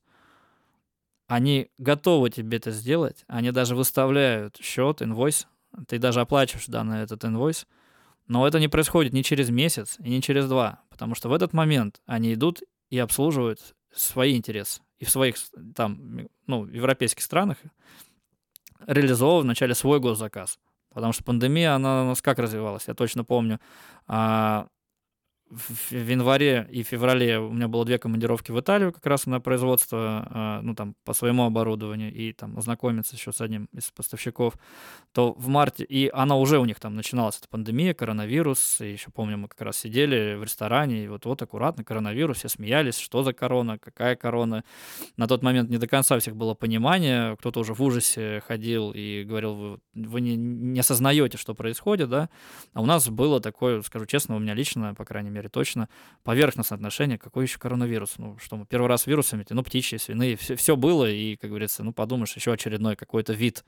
они готовы тебе это сделать, они даже выставляют счет, инвойс, ты даже оплачиваешь данный этот инвойс, но это не происходит ни через месяц и не через два, потому что в этот момент они идут и обслуживают свои интересы. И в своих там, ну, европейских странах реализовывают вначале свой госзаказ. Потому что пандемия, она у нас как развивалась, я точно помню. А, в в январе и феврале у меня было две командировки в Италию как раз на производство, а, ну, там, по своему оборудованию, и там ознакомиться еще с одним из поставщиков, то в марте, и она уже у них там начиналась, эта пандемия, коронавирус, и еще помню, мы как раз сидели в ресторане, и вот-вот аккуратно коронавирус, все смеялись, что за корона, какая корона. На тот момент не до конца у всех было понимание, кто-то уже в ужасе ходил и говорил, вы, вы не, не осознаете, что происходит, да, а у нас было такое, скажу честно, у меня лично, по крайней мере, точно, поверхностное отношение, какой еще коронавирус, ну, что мы первый раз вирусами, ну, птичьи, свиные, все, все было, и, как говорится, ну, подумаешь, еще очередной какой-то вид.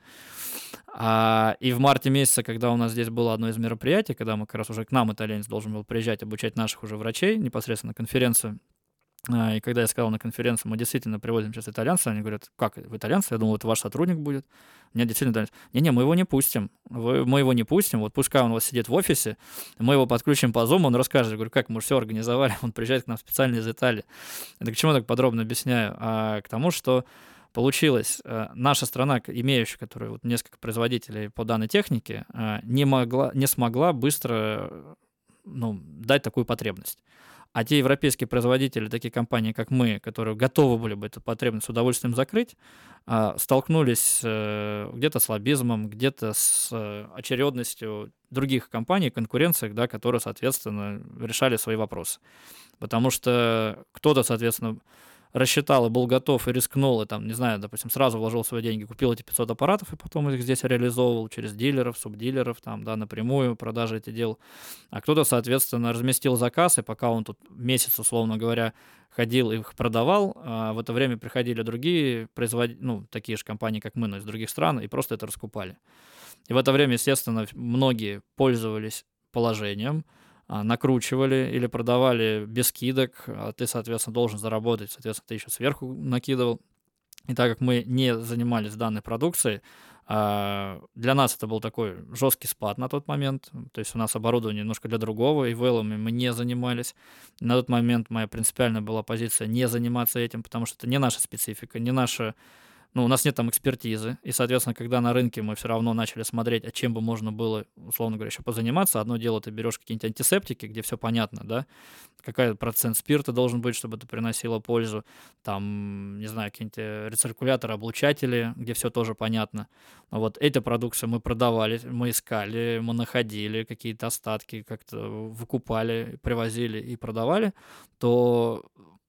А, и в марте месяце, когда у нас здесь было одно из мероприятий, когда мы как раз уже к нам итальянец должен был приезжать, обучать наших уже врачей непосредственно на конференцию, а, и когда я сказал на конференции, мы действительно привозим сейчас итальянца, они говорят, как, в итальянца? Я думал, это ваш сотрудник будет. Меня действительно итальянец. Не-не, мы его не пустим. Вы, мы его не пустим. Вот пускай он у вас сидит в офисе, мы его подключим по Zoom, он расскажет. Я говорю, как, мы же все организовали. Он приезжает к нам специально из Италии. Это к чему я так подробно объясняю? А к тому, что получилось, наша страна, имеющая, которая вот несколько производителей по данной технике, не, могла, не смогла быстро, ну, дать такую потребность. А те европейские производители, такие компании, как мы, которые готовы были бы эту потребность с удовольствием закрыть, столкнулись где-то с лоббизмом, где-то с очередностью других компаний, конкуренциях, да, которые, соответственно, решали свои вопросы. Потому что кто-то, соответственно, рассчитал и был готов и рискнул, и там, не знаю, допустим, сразу вложил свои деньги, купил эти пятьсот аппаратов, и потом их здесь реализовывал через дилеров, субдилеров, там, да, напрямую продажи эти делал. А кто-то, соответственно, разместил заказ, и пока он тут месяц, условно говоря, ходил и их продавал, а в это время приходили другие производители, ну, такие же компании, как мы, но из других стран, и просто это раскупали. И в это время, естественно, многие пользовались положением, накручивали или продавали без скидок, а ты, соответственно, должен заработать, соответственно, ты еще сверху накидывал. И так как мы не занимались данной продукцией, А, для нас это был такой жесткий спад на тот момент. То есть у нас оборудование немножко для другого, и вэлами мы не занимались. На тот момент моя принципиальная была позиция не заниматься этим, потому что это не наша специфика, не наша. Ну, у нас нет там экспертизы, и, соответственно, когда на рынке мы все равно начали смотреть, а чем бы можно было, условно говоря, еще позаниматься, одно дело, ты берешь какие-нибудь антисептики, где все понятно, да, какой процент спирта должен быть, чтобы это приносило пользу, там, не знаю, какие-нибудь э, рециркуляторы, облучатели, где все тоже понятно. Вот эти продукции мы продавали, мы искали, мы находили какие-то остатки, как-то выкупали, привозили и продавали, то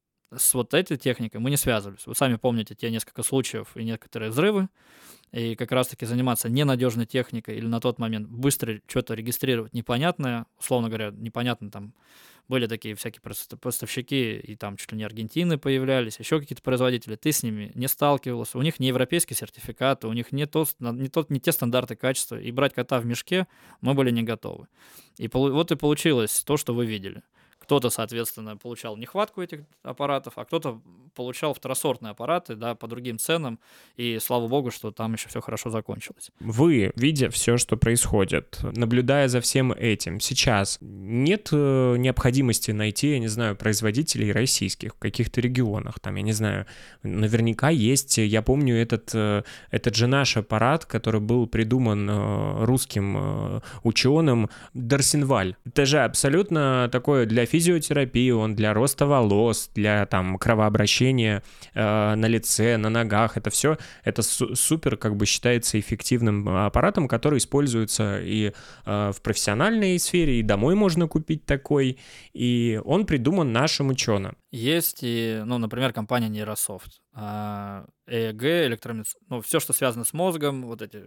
с вот этой техникой мы не связывались. Вы сами помните те несколько случаев и некоторые взрывы, и как раз-таки заниматься ненадежной техникой или на тот момент быстро что-то регистрировать непонятное, условно говоря, непонятно там, были такие всякие просто- поставщики, и там чуть ли не Аргентины появлялись, еще какие-то производители, ты с ними не сталкивался, у них не европейские сертификаты, у них не, то, не, тот, не те стандарты качества, и брать кота в мешке мы были не готовы. И полу- вот и получилось то, что вы видели. Кто-то, соответственно, получал нехватку этих аппаратов, а кто-то получал второсортные аппараты, да, по другим ценам, и слава богу, что там еще все хорошо закончилось. Вы, видя все, что происходит, наблюдая за всем этим, сейчас нет э, необходимости найти, я не знаю, производителей российских в каких-то регионах, там, я не знаю, наверняка есть, я помню этот, э, этот же наш аппарат, который был придуман э, русским э, ученым, Дарсинваль. Это же абсолютно такое для физиотерапии, он для роста волос, для там кровообращения э, на лице, на ногах, это все, это су- супер, как бы считается эффективным аппаратом, который используется и э, в профессиональной сфере, и домой можно купить такой, и он придуман нашим ученым. Есть и, ну, например, компания Нейрософт, а, ЭЭГ, электромед... ну, все, что связано с мозгом, вот эти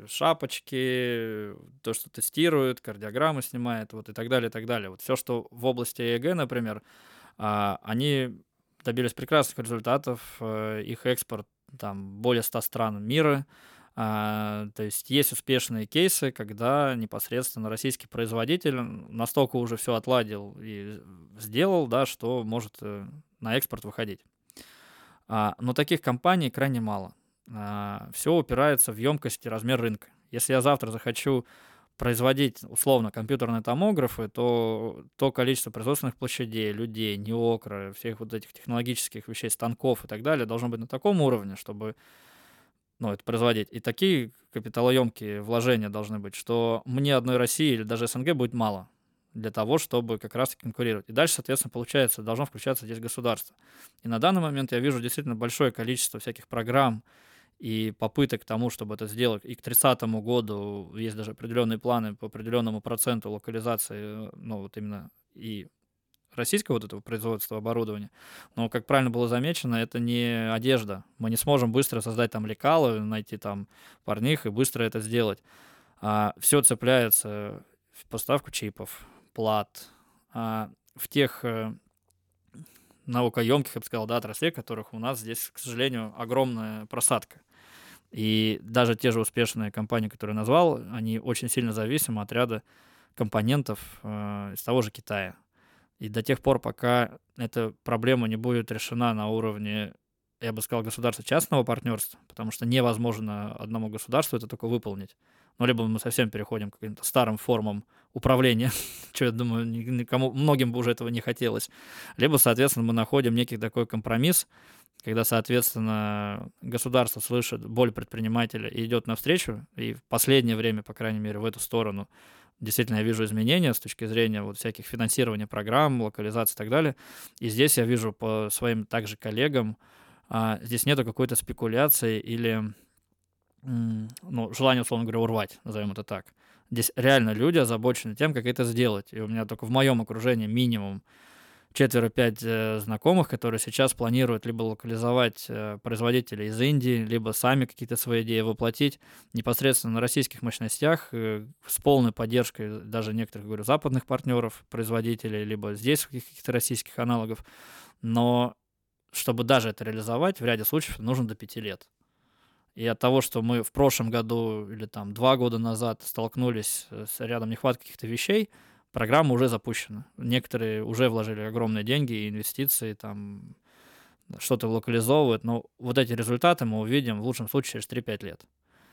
шапочки, то, что тестирует, кардиограммы снимает, вот и так далее, и так далее. Вот все, что в области ЭЭГ, например, а, они добились прекрасных результатов, э, их экспорт там более ста стран мира. А, то есть есть успешные кейсы, когда непосредственно российский производитель настолько уже все отладил и сделал, да, что может э, на экспорт выходить. А, но таких компаний крайне мало. Все упирается в емкость и размер рынка. Если я завтра захочу производить условно компьютерные томографы, то то количество производственных площадей, людей, неокра, всех вот этих технологических вещей, станков и так далее должно быть на таком уровне, чтобы, ну, это производить. И такие капиталоемкие вложения должны быть, что мне одной России или даже СНГ будет мало для того, чтобы как раз конкурировать. И дальше, соответственно, получается, должно включаться здесь государство. И на данный момент я вижу действительно большое количество всяких программ и попыток к тому, чтобы это сделать. И к тридцатому году есть даже определенные планы по определенному проценту локализации, э, ну, вот именно и российского вот этого производства оборудования. Но, как правильно было замечено, это не одежда. Мы не сможем быстро создать там лекалы, найти там парних и быстро это сделать. А, все цепляется в поставку чипов, плат, а, в тех э, наукоемких, я бы сказал, да, отраслей, которых у нас здесь, к сожалению, огромная просадка. И даже те же успешные компании, которые я назвал, они очень сильно зависимы от ряда компонентов э, из того же Китая. И до тех пор, пока эта проблема не будет решена на уровне, я бы сказал, государство-частного партнерства, потому что невозможно одному государству это только выполнить. Ну, либо мы совсем переходим к каким-то старым формам управления, что, я думаю, ни- никому, многим бы уже этого не хотелось. Либо, соответственно, мы находим некий такой компромисс, когда, соответственно, государство слышит боль предпринимателя и идет навстречу, и в последнее время, по крайней мере, в эту сторону действительно я вижу изменения с точки зрения вот всяких финансирования программ, локализации и так далее. И здесь я вижу по своим также коллегам, а, здесь нету какой-то спекуляции или м, ну, желания, условно говоря, урвать, назовем это так. Здесь реально люди озабочены тем, как это сделать. И у меня только в моем окружении минимум четыре-пять э, знакомых, которые сейчас планируют либо локализовать э, производителей из Индии, либо сами какие-то свои идеи воплотить непосредственно на российских мощностях э, с полной поддержкой даже некоторых, говорю, западных партнеров, производителей, либо здесь каких-то российских аналогов. Но чтобы даже это реализовать, в ряде случаев нужно до пяти лет. И от того, что мы в прошлом году или там два года назад столкнулись э, с рядом нехватки каких-то вещей, программа уже запущена. Некоторые уже вложили огромные деньги и инвестиции, там что-то локализовывают, но вот эти результаты мы увидим в лучшем случае через три-пять лет.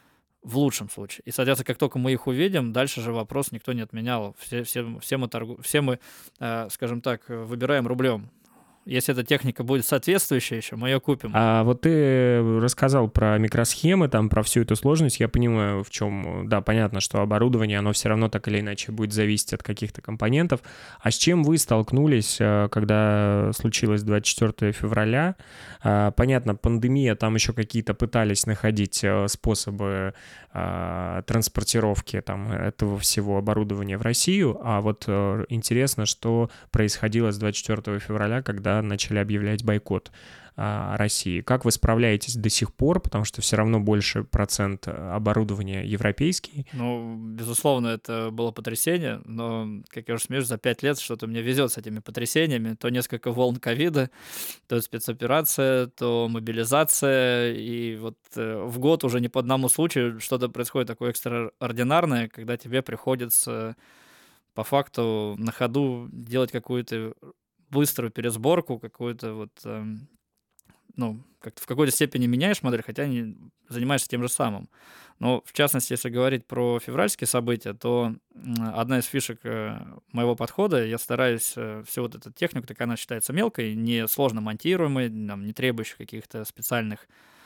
в лучшем случае. И, соответственно, как только мы их увидим, дальше же вопрос никто не отменял. Все, все, все мы, торгу... все мы э, скажем так, выбираем рублем. Если эта техника будет соответствующая еще, мы ее купим. А вот ты рассказал про микросхемы, там, про всю эту сложность. Я понимаю, в чем... Да, понятно, что оборудование, оно все равно так или иначе будет зависеть от каких-то компонентов. А с чем вы столкнулись, когда случилось двадцать четвёртого февраля? Понятно, пандемия, там еще какие-то пытались находить способы транспортировки там, этого всего оборудования в Россию. А вот интересно, что происходило с двадцать четвёртого февраля, когда начали объявлять бойкот а, России. Как вы справляетесь до сих пор, потому что все равно больше процент оборудования европейский? Ну, безусловно, это было потрясение, но, как я уже смеюсь, за пять лет что-то мне везет с этими потрясениями. То несколько волн ковида, то спецоперация, то мобилизация, и вот э, в год уже не по одному случаю что-то происходит такое экстраординарное, когда тебе приходится по факту на ходу делать какую-то быструю пересборку, какую-то вот, э, ну, как-то в какой-то степени меняешь модель, хотя не занимаешься тем же самым. Но, в частности, если говорить про февральские события, то одна из фишек э, моего подхода, я стараюсь э, всю вот эту технику, так она считается мелкой, не сложно монтируемой, там, не требующей каких-то специальных,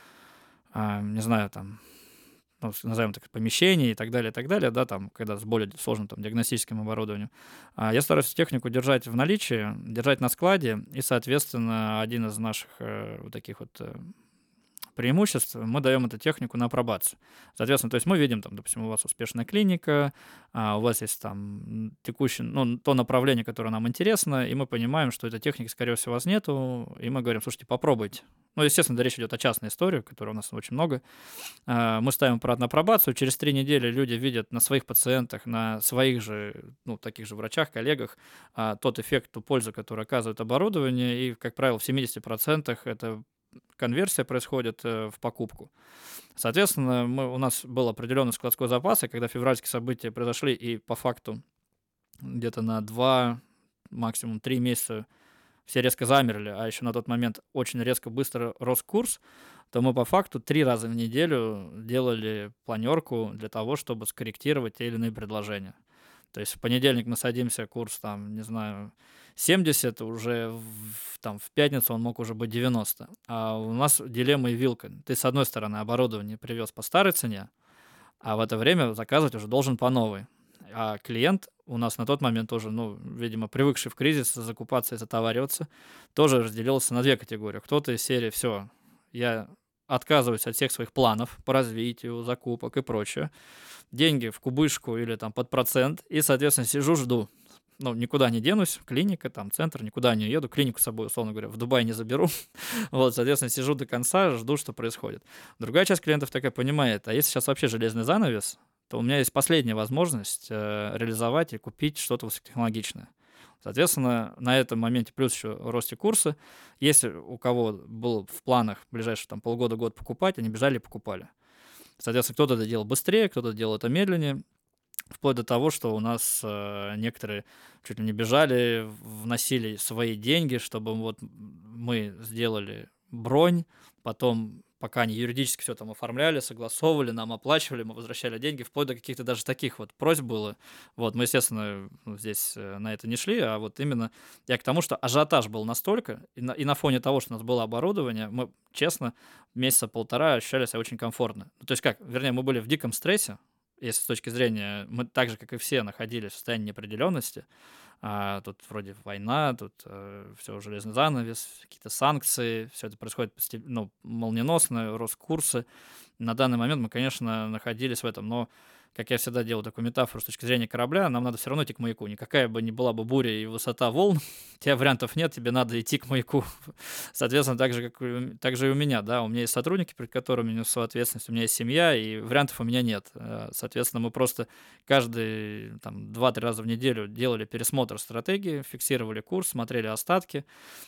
э, не знаю, там, ну, назовем так, помещений и так далее, и так далее, да, там, когда с более сложным там диагностическим оборудованием. А я стараюсь технику держать в наличии, держать на складе, и, соответственно, один из наших э, вот таких вот э, преимуществ, мы даем эту технику на апробацию. Соответственно, то есть мы видим, там, допустим, у вас успешная клиника, а у вас есть там текущее, ну, то направление, которое нам интересно, и мы понимаем, что этой техники, скорее всего, у вас нету, и мы говорим, слушайте, попробуйте. Ну, естественно, да, речь идет о частной истории, которой у нас очень много. Мы ставим аппарат на апробацию, через три недели люди видят на своих пациентах, на своих же, ну, таких же врачах, коллегах тот эффект, ту пользу, которую оказывает оборудование, и, как правило, в семидесяти процентах это конверсия происходит э, в покупку. Соответственно, мы, у нас был определенный складской запас, и когда февральские события произошли, и по факту где-то на два, максимум три месяца все резко замерли, а еще на тот момент очень резко быстро рос курс, то мы по факту три раза в неделю делали планерку для того, чтобы скорректировать те или иные предложения. То есть в понедельник мы садимся, курс там, не знаю, семьдесят, уже в, там, в пятницу он мог уже быть девяносто. А у нас дилемма и вилка. Ты, с одной стороны, оборудование привез по старой цене, а в это время заказывать уже должен по новой. А клиент у нас на тот момент тоже, ну, видимо, привыкший в кризис закупаться и затовариваться, тоже разделился на две категории. Кто-то из серии «все, я отказываюсь от всех своих планов по развитию, закупок и прочее, деньги в кубышку или там под процент, и, соответственно, сижу, жду. Ну, никуда не денусь, клиника, там, центр, никуда не еду, клинику с собой, условно говоря, в Дубай не заберу. Вот, соответственно, сижу до конца, жду, что происходит. Другая часть клиентов такая понимает, а если сейчас вообще железный занавес, то у меня есть последняя возможность э, реализовать и купить что-то высокотехнологичное. Соответственно, на этом моменте плюс еще росте курса. Если у кого было в планах в ближайшие там, полгода-год покупать, они бежали и покупали. Соответственно, кто-то это делал быстрее, кто-то делал это медленнее, вплоть до того, что у нас э, некоторые чуть ли не бежали, вносили свои деньги, чтобы вот мы сделали бронь, потом, пока они юридически все там оформляли, согласовывали, нам оплачивали, мы возвращали деньги, вплоть до каких-то даже таких вот просьб было. Вот, мы, естественно, здесь э, на это не шли, а вот именно я к тому, что ажиотаж был настолько, и на, и на фоне того, что у нас было оборудование, мы, честно, месяца полтора ощущали себя очень комфортно. Ну, то есть как, вернее, мы были в диком стрессе, если с точки зрения, мы так же, как и все, находились в состоянии неопределенности. А, тут вроде война, тут э, все железный занавес, какие-то санкции, все это происходит постеп- ну, молниеносно, рост курса. На данный момент мы, конечно, находились в этом, но, как я всегда делаю такую метафору с точки зрения корабля, нам надо все равно идти к маяку. Никакая бы ни была бы буря и высота волн, у тебя вариантов нет, тебе надо идти к маяку. Соответственно, так же, как и, так же и у меня, да, у меня есть сотрудники, перед которыми несу ответственность, у меня есть семья, и вариантов у меня нет. Соответственно, мы просто каждые там, два-три раза в неделю делали пересмотр стратегии, фиксировали курс, смотрели остатки.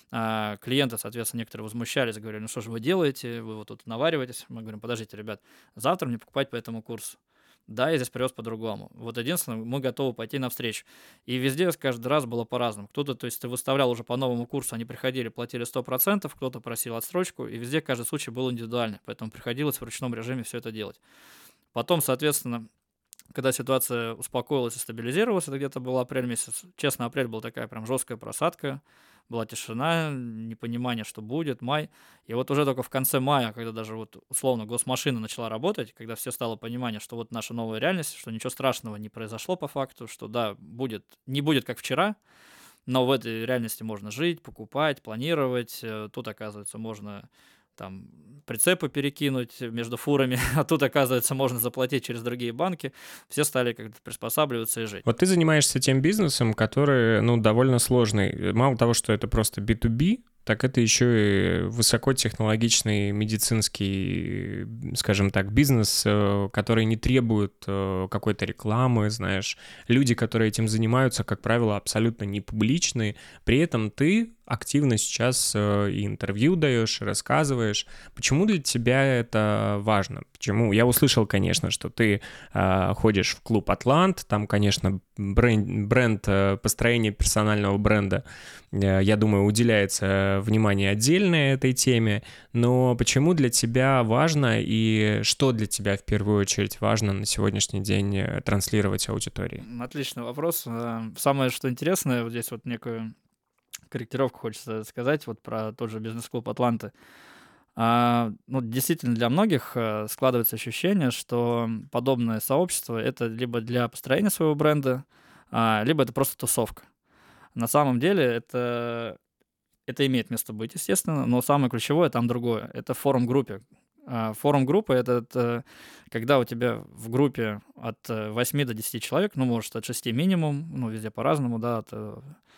А клиенты, соответственно, некоторые возмущались, говорили, ну что же вы делаете, вы вот тут навариваетесь. Мы говорим, подождите, ребят, завтра мне покупать по этому курсу. Да, я здесь привез по-другому. Вот единственное, мы готовы пойти навстречу. И везде каждый раз было по-разному. Кто-то, то есть ты выставлял уже по новому курсу, они приходили, платили сто процентов, кто-то просил отсрочку, и везде каждый случай был индивидуальный, поэтому приходилось в ручном режиме все это делать. Потом, соответственно, когда ситуация успокоилась и стабилизировалась, это где-то был апрель месяц. Честно, апрель была такая прям жесткая просадка, была тишина, непонимание, что будет, май. И вот уже только в конце мая, когда даже вот условно госмашина начала работать, когда все стало понимание, что вот наша новая реальность, что ничего страшного не произошло по факту, что да, будет, не будет как вчера, но в этой реальности можно жить, покупать, планировать. э, Тут, оказывается, можно там прицепы перекинуть между фурами, а тут, оказывается, можно заплатить через другие банки. Все стали как-то приспосабливаться и жить. Вот ты занимаешься тем бизнесом, который, ну, довольно сложный. Мало того, что это просто би ту би, так это еще и высокотехнологичный медицинский, скажем так, бизнес, э, который не требует э, какой-то рекламы, знаешь. Люди, которые этим занимаются, как правило, абсолютно не публичные. При этом ты активно сейчас э, и интервью даешь, и рассказываешь. Почему для тебя это важно? Почему? Я услышал, конечно, что ты э, ходишь в клуб «Атлант», там, конечно, бренд, бренд э, построения персонального бренда, э, я думаю, уделяется внимание отдельное этой теме, но почему для тебя важно и что для тебя в первую очередь важно на сегодняшний день э, транслировать аудитории? М, Отличный вопрос. Э, Самое, что интересное, вот здесь вот некую корректировку хочется сказать вот про тот же бизнес-клуб «Атланты». А, ну, действительно, для многих э, складывается ощущение, что подобное сообщество — это либо для построения своего бренда, а, либо это просто тусовка. На самом деле это, это имеет место быть, естественно, но самое ключевое там другое. Это форум-группе. А, Форум-группа — это, это когда у тебя в группе от э, восьми до десяти человек, ну, может, от шести минимум, ну, везде по-разному, да, от, э,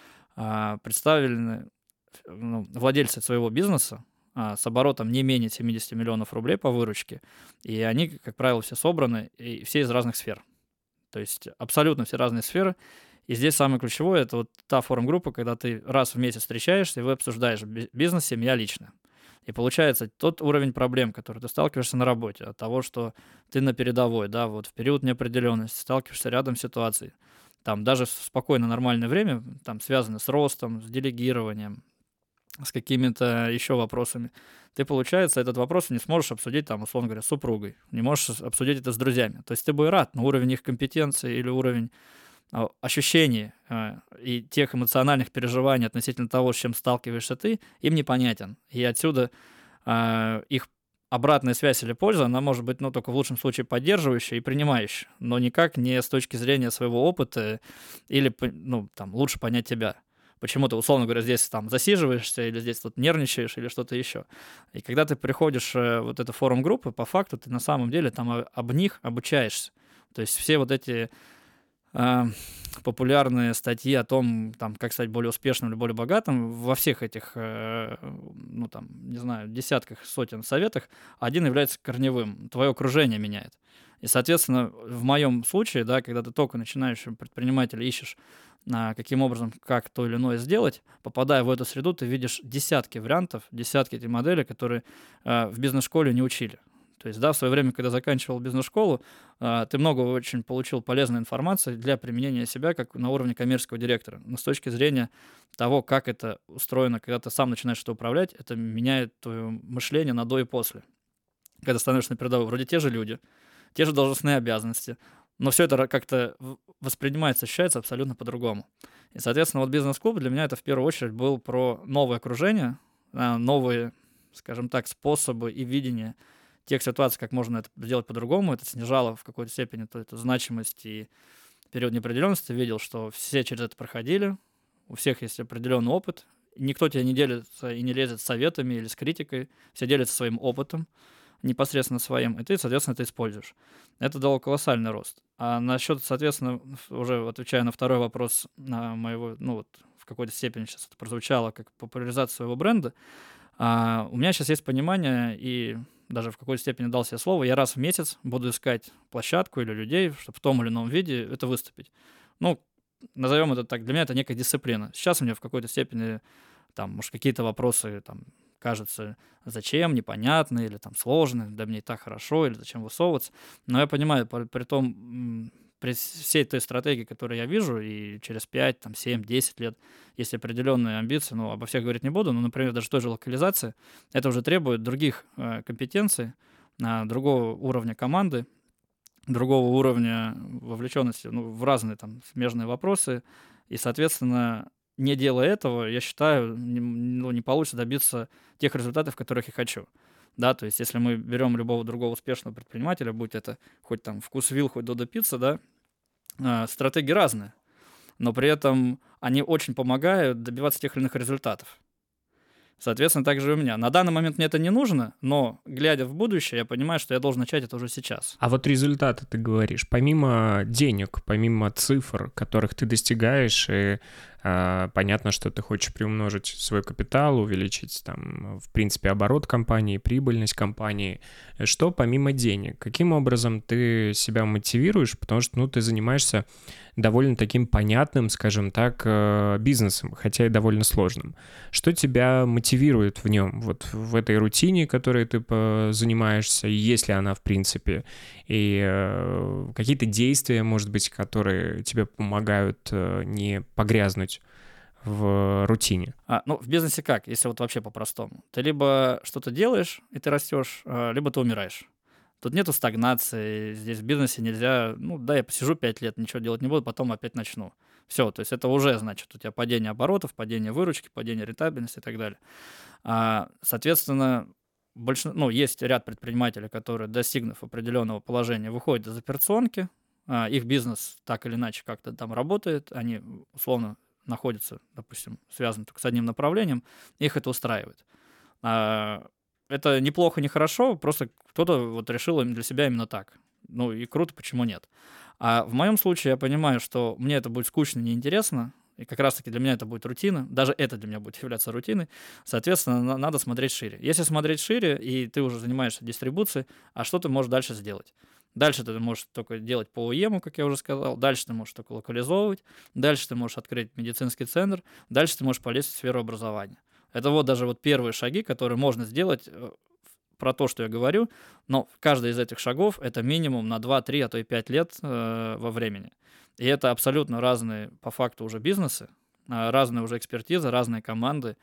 а, представлены ну, владельцы своего бизнеса а, с оборотом не менее семьдесят миллионов рублей по выручке, и они, как правило, все собраны, и все из разных сфер. То есть абсолютно все разные сферы. И здесь самое ключевое — это вот та форум-группа, когда ты раз в месяц встречаешься, и вы обсуждаешь би- бизнес, семья, лично. И получается тот уровень проблем, который ты сталкиваешься на работе, от того, что ты на передовой, да, вот в период неопределенности сталкиваешься рядом с ситуацией. Там даже в спокойное нормальное время, там связано с ростом, с делегированием, с какими-то еще вопросами. Ты, получается, этот вопрос не сможешь обсудить, там, условно говоря, с супругой, не можешь с- обсудить это с друзьями. То есть ты бы и рад, но уровень их компетенции или уровень а, ощущений а, и тех эмоциональных переживаний относительно того, с чем сталкиваешься ты, им непонятен. И отсюда а, их обратная связь или польза, она может быть, ну, только в лучшем случае поддерживающая и принимающая, но никак не с точки зрения своего опыта или, по- ну, там, лучше понять тебя. Почему ты, условно говоря, здесь там засиживаешься или здесь тут нервничаешь или что-то еще. И когда ты приходишь э, вот это форум группы, по факту ты на самом деле там о- об них обучаешься. То есть все вот эти а, популярные статьи о том, там, как стать более успешным или более богатым, во всех этих, э, ну, там, не знаю, десятках, сотен советах один является корневым. Твое окружение меняет. И, соответственно, в моем случае, да, когда ты только начинающий предприниматель ищешь, а, каким образом, как то или иное сделать, попадая в эту среду, ты видишь десятки вариантов, десятки этих моделей, которые а, в бизнес-школе не учили. То есть, да, в свое время, когда заканчивал бизнес-школу, а, ты много очень получил полезной информации для применения себя как на уровне коммерческого директора. Но с точки зрения того, как это устроено, когда ты сам начинаешь это управлять, это меняет твое мышление на до и после. Когда становишься на передовой, вроде те же люди, те же должностные обязанности, но все это ра- как-то в- воспринимается, ощущается абсолютно по-другому. И, соответственно, вот бизнес-клуб для меня это в первую очередь был про новое окружение, а, новые, скажем так, способы и видение тех ситуаций, как можно это сделать по-другому. Это снижало в какой-то степени эту, эту значимость и период неопределенности. Видел, что все через это проходили, у всех есть определенный опыт. Никто тебя не делится и не лезет с советами или с критикой. Все делятся своим опытом, непосредственно своим, и ты, соответственно, это используешь. Это дало колоссальный рост. А насчет, соответственно, ф- уже отвечая на второй вопрос на моего, ну вот в какой-то степени сейчас это прозвучало как популяризация своего бренда, а, у меня сейчас есть понимание и даже в какой-то степени дал себе слово, я раз в месяц буду искать площадку или людей, чтобы в том или ином виде это выступить. Ну, назовем это так, для меня это некая дисциплина. Сейчас мне в какой-то степени там, может, какие-то вопросы там кажутся, зачем, непонятно, или там сложно, да мне и так хорошо, или зачем высовываться. Но я понимаю, при, при том, м, при всей той стратегии, которую я вижу, и через пять, там, семь, десять лет есть определенные амбиции, ну, обо всех говорить не буду, но, например, даже той же локализации, это уже требует других э, компетенций, а, другого уровня команды, другого уровня вовлеченности, ну, в разные там смежные вопросы. И, соответственно, не делая этого, я считаю, не, ну, не получится добиться тех результатов, которых я хочу. Да, то есть если мы берем любого другого успешного предпринимателя, будь это хоть там Вкусвилл, хоть Додо Пицца, да, э, стратегии разные, но при этом они очень помогают добиваться тех или иных результатов. Соответственно, так же и у меня. На данный момент мне это не нужно, но, глядя в будущее, я понимаю, что я должен начать это уже сейчас. А вот результаты ты говоришь, помимо денег, помимо цифр, которых ты достигаешь, и а, понятно, что ты хочешь приумножить свой капитал, увеличить там, в принципе, оборот компании, прибыльность компании, что помимо денег? Каким образом ты себя мотивируешь? Потому что, ну, ты занимаешься довольно таким понятным, скажем так, э, бизнесом, хотя и довольно сложным. Что тебя мотивирует в нем, вот в этой рутине, которой ты по- занимаешься, есть ли она в принципе, и э, какие-то действия, может быть, которые тебе помогают э, не погрязнуть в рутине? А, ну, в бизнесе как, если вот вообще по-простому? Ты либо что-то делаешь, и ты растешь, а, либо ты умираешь. Тут нету стагнации, здесь в бизнесе нельзя, ну да, я посижу пять лет, ничего делать не буду, потом опять начну. Все, то есть это уже значит у тебя падение оборотов, падение выручки, падение рентабельности и так далее. А, соответственно, больш... ну, есть ряд предпринимателей, которые, достигнув определенного положения, выходят из операционки, а, их бизнес так или иначе как-то там работает, они условно находятся, допустим, связаны только с одним направлением, их это устраивает. А, это неплохо, не хорошо, просто кто-то вот решил им для себя именно так. Ну и круто, почему нет? А в моем случае я понимаю, что мне это будет скучно, неинтересно, и как раз-таки для меня это будет рутина, даже это для меня будет являться рутиной, соответственно, на- надо смотреть шире. Если смотреть шире, и ты уже занимаешься дистрибуцией, а что ты можешь дальше сделать? Дальше ты можешь только делать по о и эм, как я уже сказал, дальше ты можешь только локализовывать, дальше ты можешь открыть медицинский центр, дальше ты можешь полезть в сферу образования. Это вот даже вот первые шаги, которые можно сделать э, про то, что я говорю, но каждый из этих шагов это минимум на два-три, а то и пять лет э, во времени. И это абсолютно разные по факту уже бизнесы, а, разные уже экспертизы, разные команды.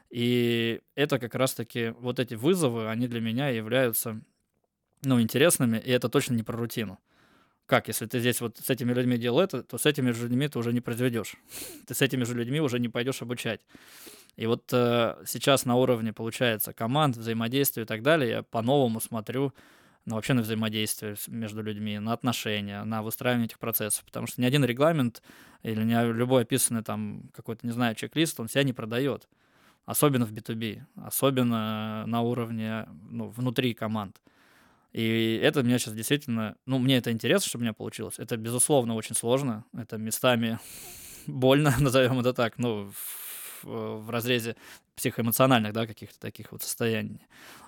И это как раз-таки вот эти вызовы, они для меня являются, ну, интересными, и это точно не про рутину. Как, если ты здесь вот с этими людьми делал это, то с этими же людьми ты уже не произведешь. Ты с этими же людьми уже не пойдешь обучать. И вот э, сейчас на уровне, получается, команд, взаимодействия и так далее, я по-новому смотрю на вообще на взаимодействие с- между людьми, на отношения, на выстраивание этих процессов. Потому что ни один регламент или ни о- любой описанный там какой-то, не знаю, чек-лист, он себя не продает. Особенно в би ту би, особенно на уровне, ну, внутри команд. И это мне сейчас действительно, ну, мне это интересно, чтобы у меня получилось. Это, безусловно, очень сложно. Это местами больно, назовем это так, ну, в, в разрезе психоэмоциональных, да, каких-то таких вот состояний.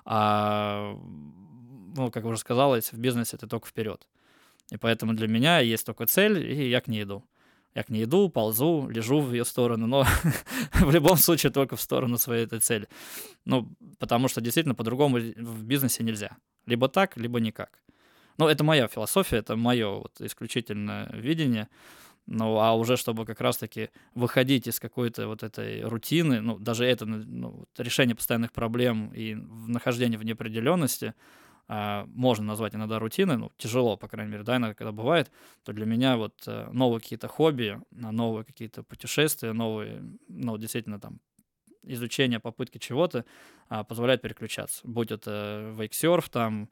А, ну, как уже сказал, если в бизнесе это только вперед. И поэтому для меня есть только цель, и я к ней иду. Я к ней иду, ползу, лежу в ее сторону, но в любом случае только в сторону своей этой цели. Ну, потому что действительно по-другому в бизнесе нельзя. Либо так, либо никак. Ну, это моя философия, это мое вот исключительное видение. Ну, а уже чтобы как раз-таки выходить из какой-то вот этой рутины, ну, даже это, ну, ну, вот решение постоянных проблем и в- нахождение в неопределенности, а, можно назвать иногда рутиной, ну, тяжело, по крайней мере, да, иногда когда бывает, то для меня вот э, новые какие-то хобби, а, новые какие-то путешествия, новые, ну, действительно там изучение, попытки чего-то а, позволяет переключаться. Будь это вейксерф, там,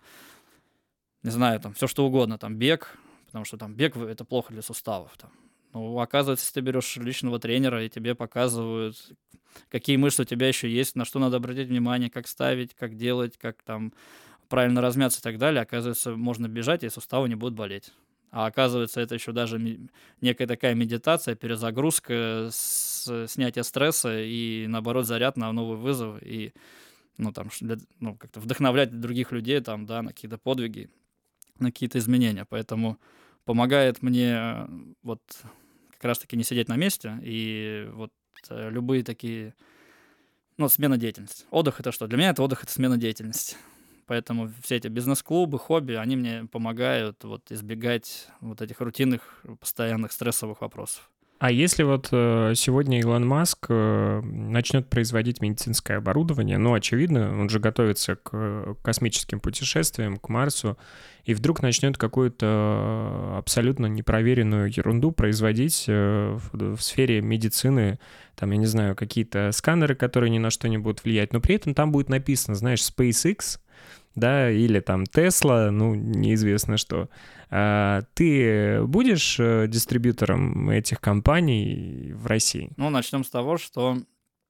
не знаю, там, все что угодно, там, бег, потому что там бег в- это плохо для суставов, там. Ну, оказывается, если ты берешь личного тренера, и тебе показывают, какие мышцы у тебя еще есть, на что надо обратить внимание, как ставить, как делать, как там правильно размяться и так далее, оказывается, можно бежать, и суставы не будут болеть. А оказывается, это еще даже ми- некая такая медитация, перезагрузка, с- снятие стресса и, наоборот, заряд на новый вызов и, ну, там, ш- для- ну, как-то вдохновлять других людей, там, да, на какие-то подвиги, на какие-то изменения. Поэтому помогает мне э, вот как раз-таки не сидеть на месте и вот э, любые такие, ну, смена деятельности. Отдых — это что? Для меня это отдых — это смена деятельности. Поэтому все эти бизнес-клубы, хобби, они мне помогают вот избегать вот этих рутинных, постоянных стрессовых вопросов. А если вот э, сегодня Илон Маск э, начнет производить медицинское оборудование, ну, очевидно, он же готовится к э, космическим путешествиям, к Марсу, и вдруг начнет какую-то абсолютно непроверенную ерунду производить э, в, в сфере медицины, там, я не знаю, какие-то сканеры, которые ни на что не будут влиять, но при этом там будет написано, знаешь, SpaceX, да, или там Tesla, ну, неизвестно что. А ты будешь э, дистрибьютором этих компаний в России? Ну, начнем с того, что,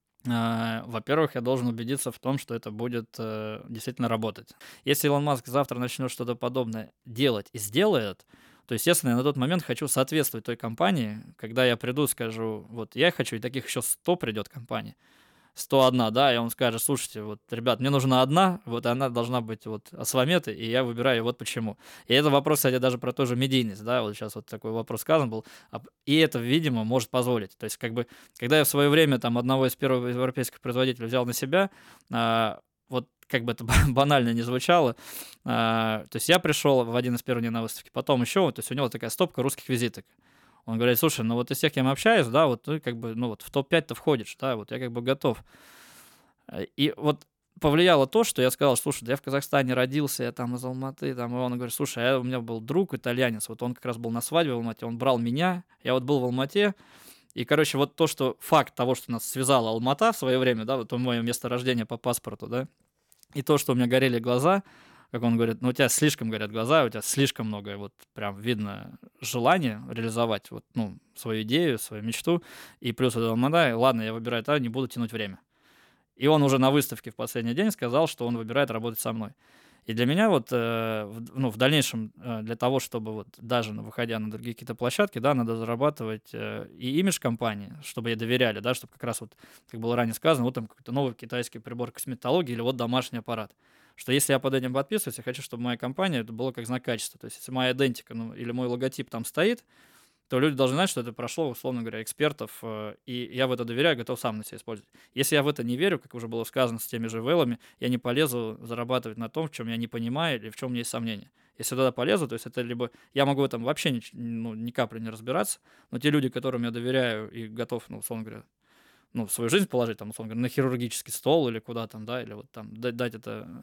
э, во-первых, я должен убедиться в том, что это будет э, действительно работать. Если Илон Маск завтра начнет что-то подобное делать и сделает, то, естественно, я на тот момент хочу соответствовать той компании, когда я приду, скажу, вот я хочу, и таких еще сто придет компаний, сто одна, да, и он скажет, слушайте, вот, ребят, мне нужна одна, вот она должна быть вот Освометы, и я выбираю вот почему. И это вопрос, кстати, даже про тоже медийность, да, вот сейчас вот такой вопрос сказан был, а п- и это, видимо, может позволить. То есть, как бы, когда я в свое время там одного из первых европейских производителей взял на себя, а, вот как бы это банально не звучало, а, то есть я пришел в один из первых дней на выставке, потом еще, то есть у него такая стопка русских визиток. Он говорит, слушай, ну вот из всех, с кем общаюсь, да, вот ты как бы, ну вот в топ пять-то входишь, да, вот я как бы готов. Э, И вот повлияло то, что я сказал, слушай, да я в Казахстане родился, я там из Алматы, там, и он говорит, слушай, а у меня был друг итальянец, вот он как раз был на свадьбе в Алмате, он брал меня, я вот был в Алмате, и, короче, вот то, что факт того, что нас связала Алмата в свое время, да, вот мое место рождения по паспорту, да, и то, что у меня горели глаза, как он говорит, ну, у тебя слишком горят глаза, у тебя слишком много, вот прям видно желание реализовать вот, ну, свою идею, свою мечту, и плюс вот Алмата, ладно, я выбираю это, не буду тянуть время. И он уже на выставке в последний день сказал, что он выбирает работать со мной. И для меня вот, э, в, ну, в дальнейшем, э, для того, чтобы вот даже на- выходя на другие какие-то площадки, да, надо зарабатывать э, и имидж компании, чтобы ей доверяли, да, чтобы как раз вот, как было ранее сказано, вот там какой-то новый китайский прибор косметологии или вот домашний аппарат. Что если я под этим подписываюсь, я хочу, чтобы моя компания, это было как знак качества. То есть если моя идентика, ну, или мой логотип там стоит, то люди должны знать, что это прошло, условно говоря, экспертов, э, и я в это доверяю, готов сам на себя использовать. Если я в это не верю, как уже было сказано с теми же вейлами, я не полезу зарабатывать на том, в чем я не понимаю или в чем у меня есть сомнения. Если туда полезу, то есть это либо я могу в этом вообще ни, ну, ни капли не разбираться, но те люди, которым я доверяю и готов, ну, условно говоря, ну, свою жизнь положить, там, условно говоря, на хирургический стол или куда там, да, или вот там дать, дать это,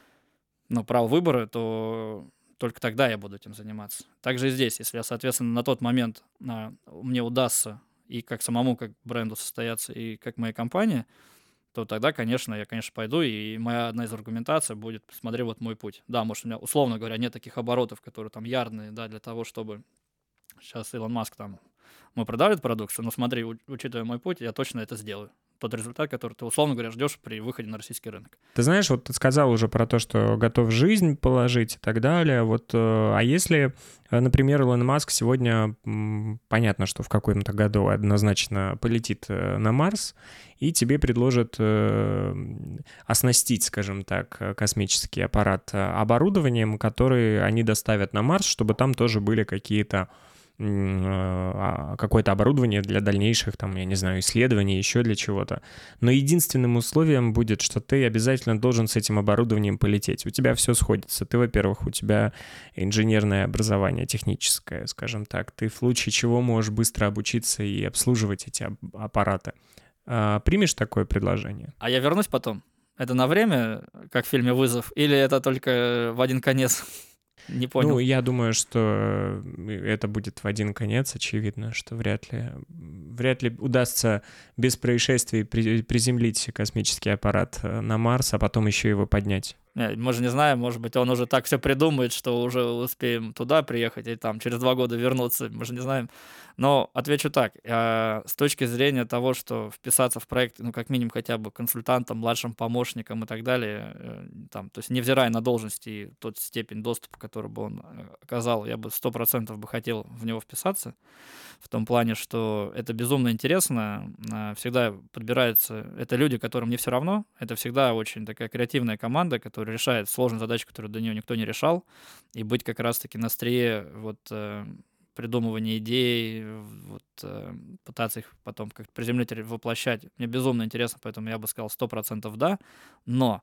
ну, право выбора, то только тогда я буду этим заниматься. Также и здесь, если я, соответственно, на тот момент а, мне удастся и как самому, как бренду состояться, и как моя компания, то тогда, конечно, я, конечно, пойду, и моя одна из аргументаций будет, смотри, вот мой путь. Да, может, у меня, условно говоря, нет таких оборотов, которые там ярные, да, для того, чтобы сейчас Илон Маск там, мы продавит продукцию, но смотри, у- учитывая мой путь, я точно это сделаю. Тот результат, который ты, условно говоря, ждешь при выходе на российский рынок. Ты знаешь, вот ты сказал уже про то, что готов жизнь положить и так далее. Вот, э, а если, э, например, Илон Маск сегодня, м, понятно, что в каком-то году однозначно полетит э, на Марс, и тебе предложат э, оснастить, скажем так, э, космический аппарат э, оборудованием, который они доставят на Марс, чтобы там тоже были какие-то м, а, какое-то оборудование для дальнейших, там, я не знаю, исследований, еще для чего-то. Но единственным условием будет, что ты обязательно должен с этим оборудованием полететь. У тебя все сходится. Ты, во-первых, у тебя инженерное образование, техническое, скажем так. Ты в случае чего можешь быстро обучиться и обслуживать эти ап- аппараты. А, примешь такое предложение? А я вернусь потом. Это на время, как в фильме «Вызов», или это только в один конец? Не Ну, понял. я думаю, что э, это будет в один конец, очевидно, что вряд ли, вряд ли удастся без происшествий при- приземлить космический аппарат э, на Марс, а потом еще его поднять. Не, мы же не знаем, может быть, он уже так все придумает, что уже успеем туда приехать и там через два года вернуться, мы же не знаем. Но отвечу так, э, с точки зрения того, что вписаться в проект, ну, как минимум, хотя бы консультантом, младшим помощником и так далее, э, там, то есть невзирая на должность и тот степень доступа, который бы он э, оказал, я бы сто процентов бы хотел в него вписаться, в том плане, что это безумно интересно, а, всегда подбираются, это люди, которым не все равно, это всегда очень такая креативная команда, которая решает сложные задачи, которые до нее никто не решал, и быть как раз-таки на острие вот э, придумывания идей, вот, э, пытаться их потом как-то приземлить, или воплощать. Мне безумно интересно, поэтому я бы сказал сто процентов да, но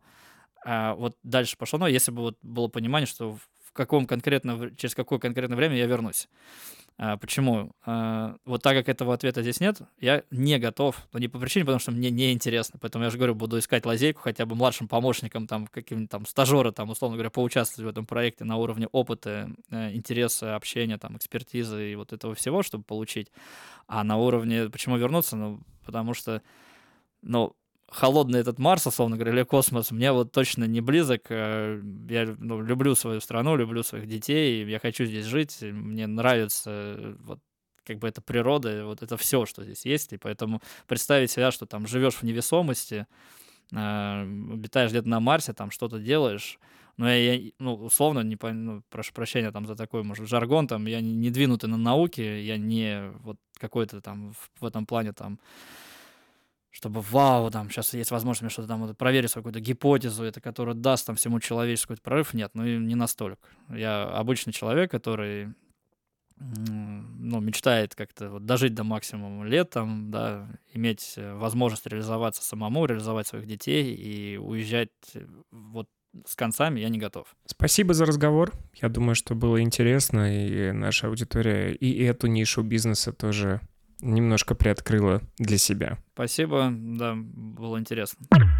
а, вот дальше пошло, но если бы вот было понимание, что в в каком конкретно, вр- через какое конкретное время я вернусь. А, почему? А, вот так как этого ответа здесь нет, я не готов, но не по причине, потому что мне неинтересно. Поэтому я же говорю, буду искать лазейку хотя бы младшим помощником, там, каким-нибудь там стажера, там, условно говоря, поучаствовать в этом проекте на уровне опыта, э, интереса, общения, там, экспертизы и вот этого всего, чтобы получить. А на уровне, почему вернуться? Ну, потому что, ну, холодный этот Марс, условно говоря, или космос, мне вот точно не близок. Э, Я ну, люблю свою страну, люблю своих детей, я хочу здесь жить, и мне нравится э, вот как бы эта природа, вот это все, что здесь есть, и поэтому представить себя, что там живешь в невесомости, а, обитаешь где-то на Марсе, там что-то делаешь, но я, я, ну, условно, не, пон- ну, прошу прощения там за такой, может, жаргон, там, я не, не двинутый на науке, я не вот какой-то там в, в этом плане там чтобы вау, там сейчас есть возможность мне что-то там вот проверить свою какую-то гипотезу, это которая даст там всему человечеству какой-то прорыв. Нет, ну и не настолько. Я обычный человек, который м, ну, мечтает как-то вот дожить до максимума лет, там, да, иметь э, возможность реализоваться самому, реализовать своих детей и уезжать э, вот с концами я не готов. Спасибо за разговор. Я думаю, что было интересно, и наша аудитория и эту нишу бизнеса тоже немножко приоткрыла для себя. Спасибо, да, было интересно.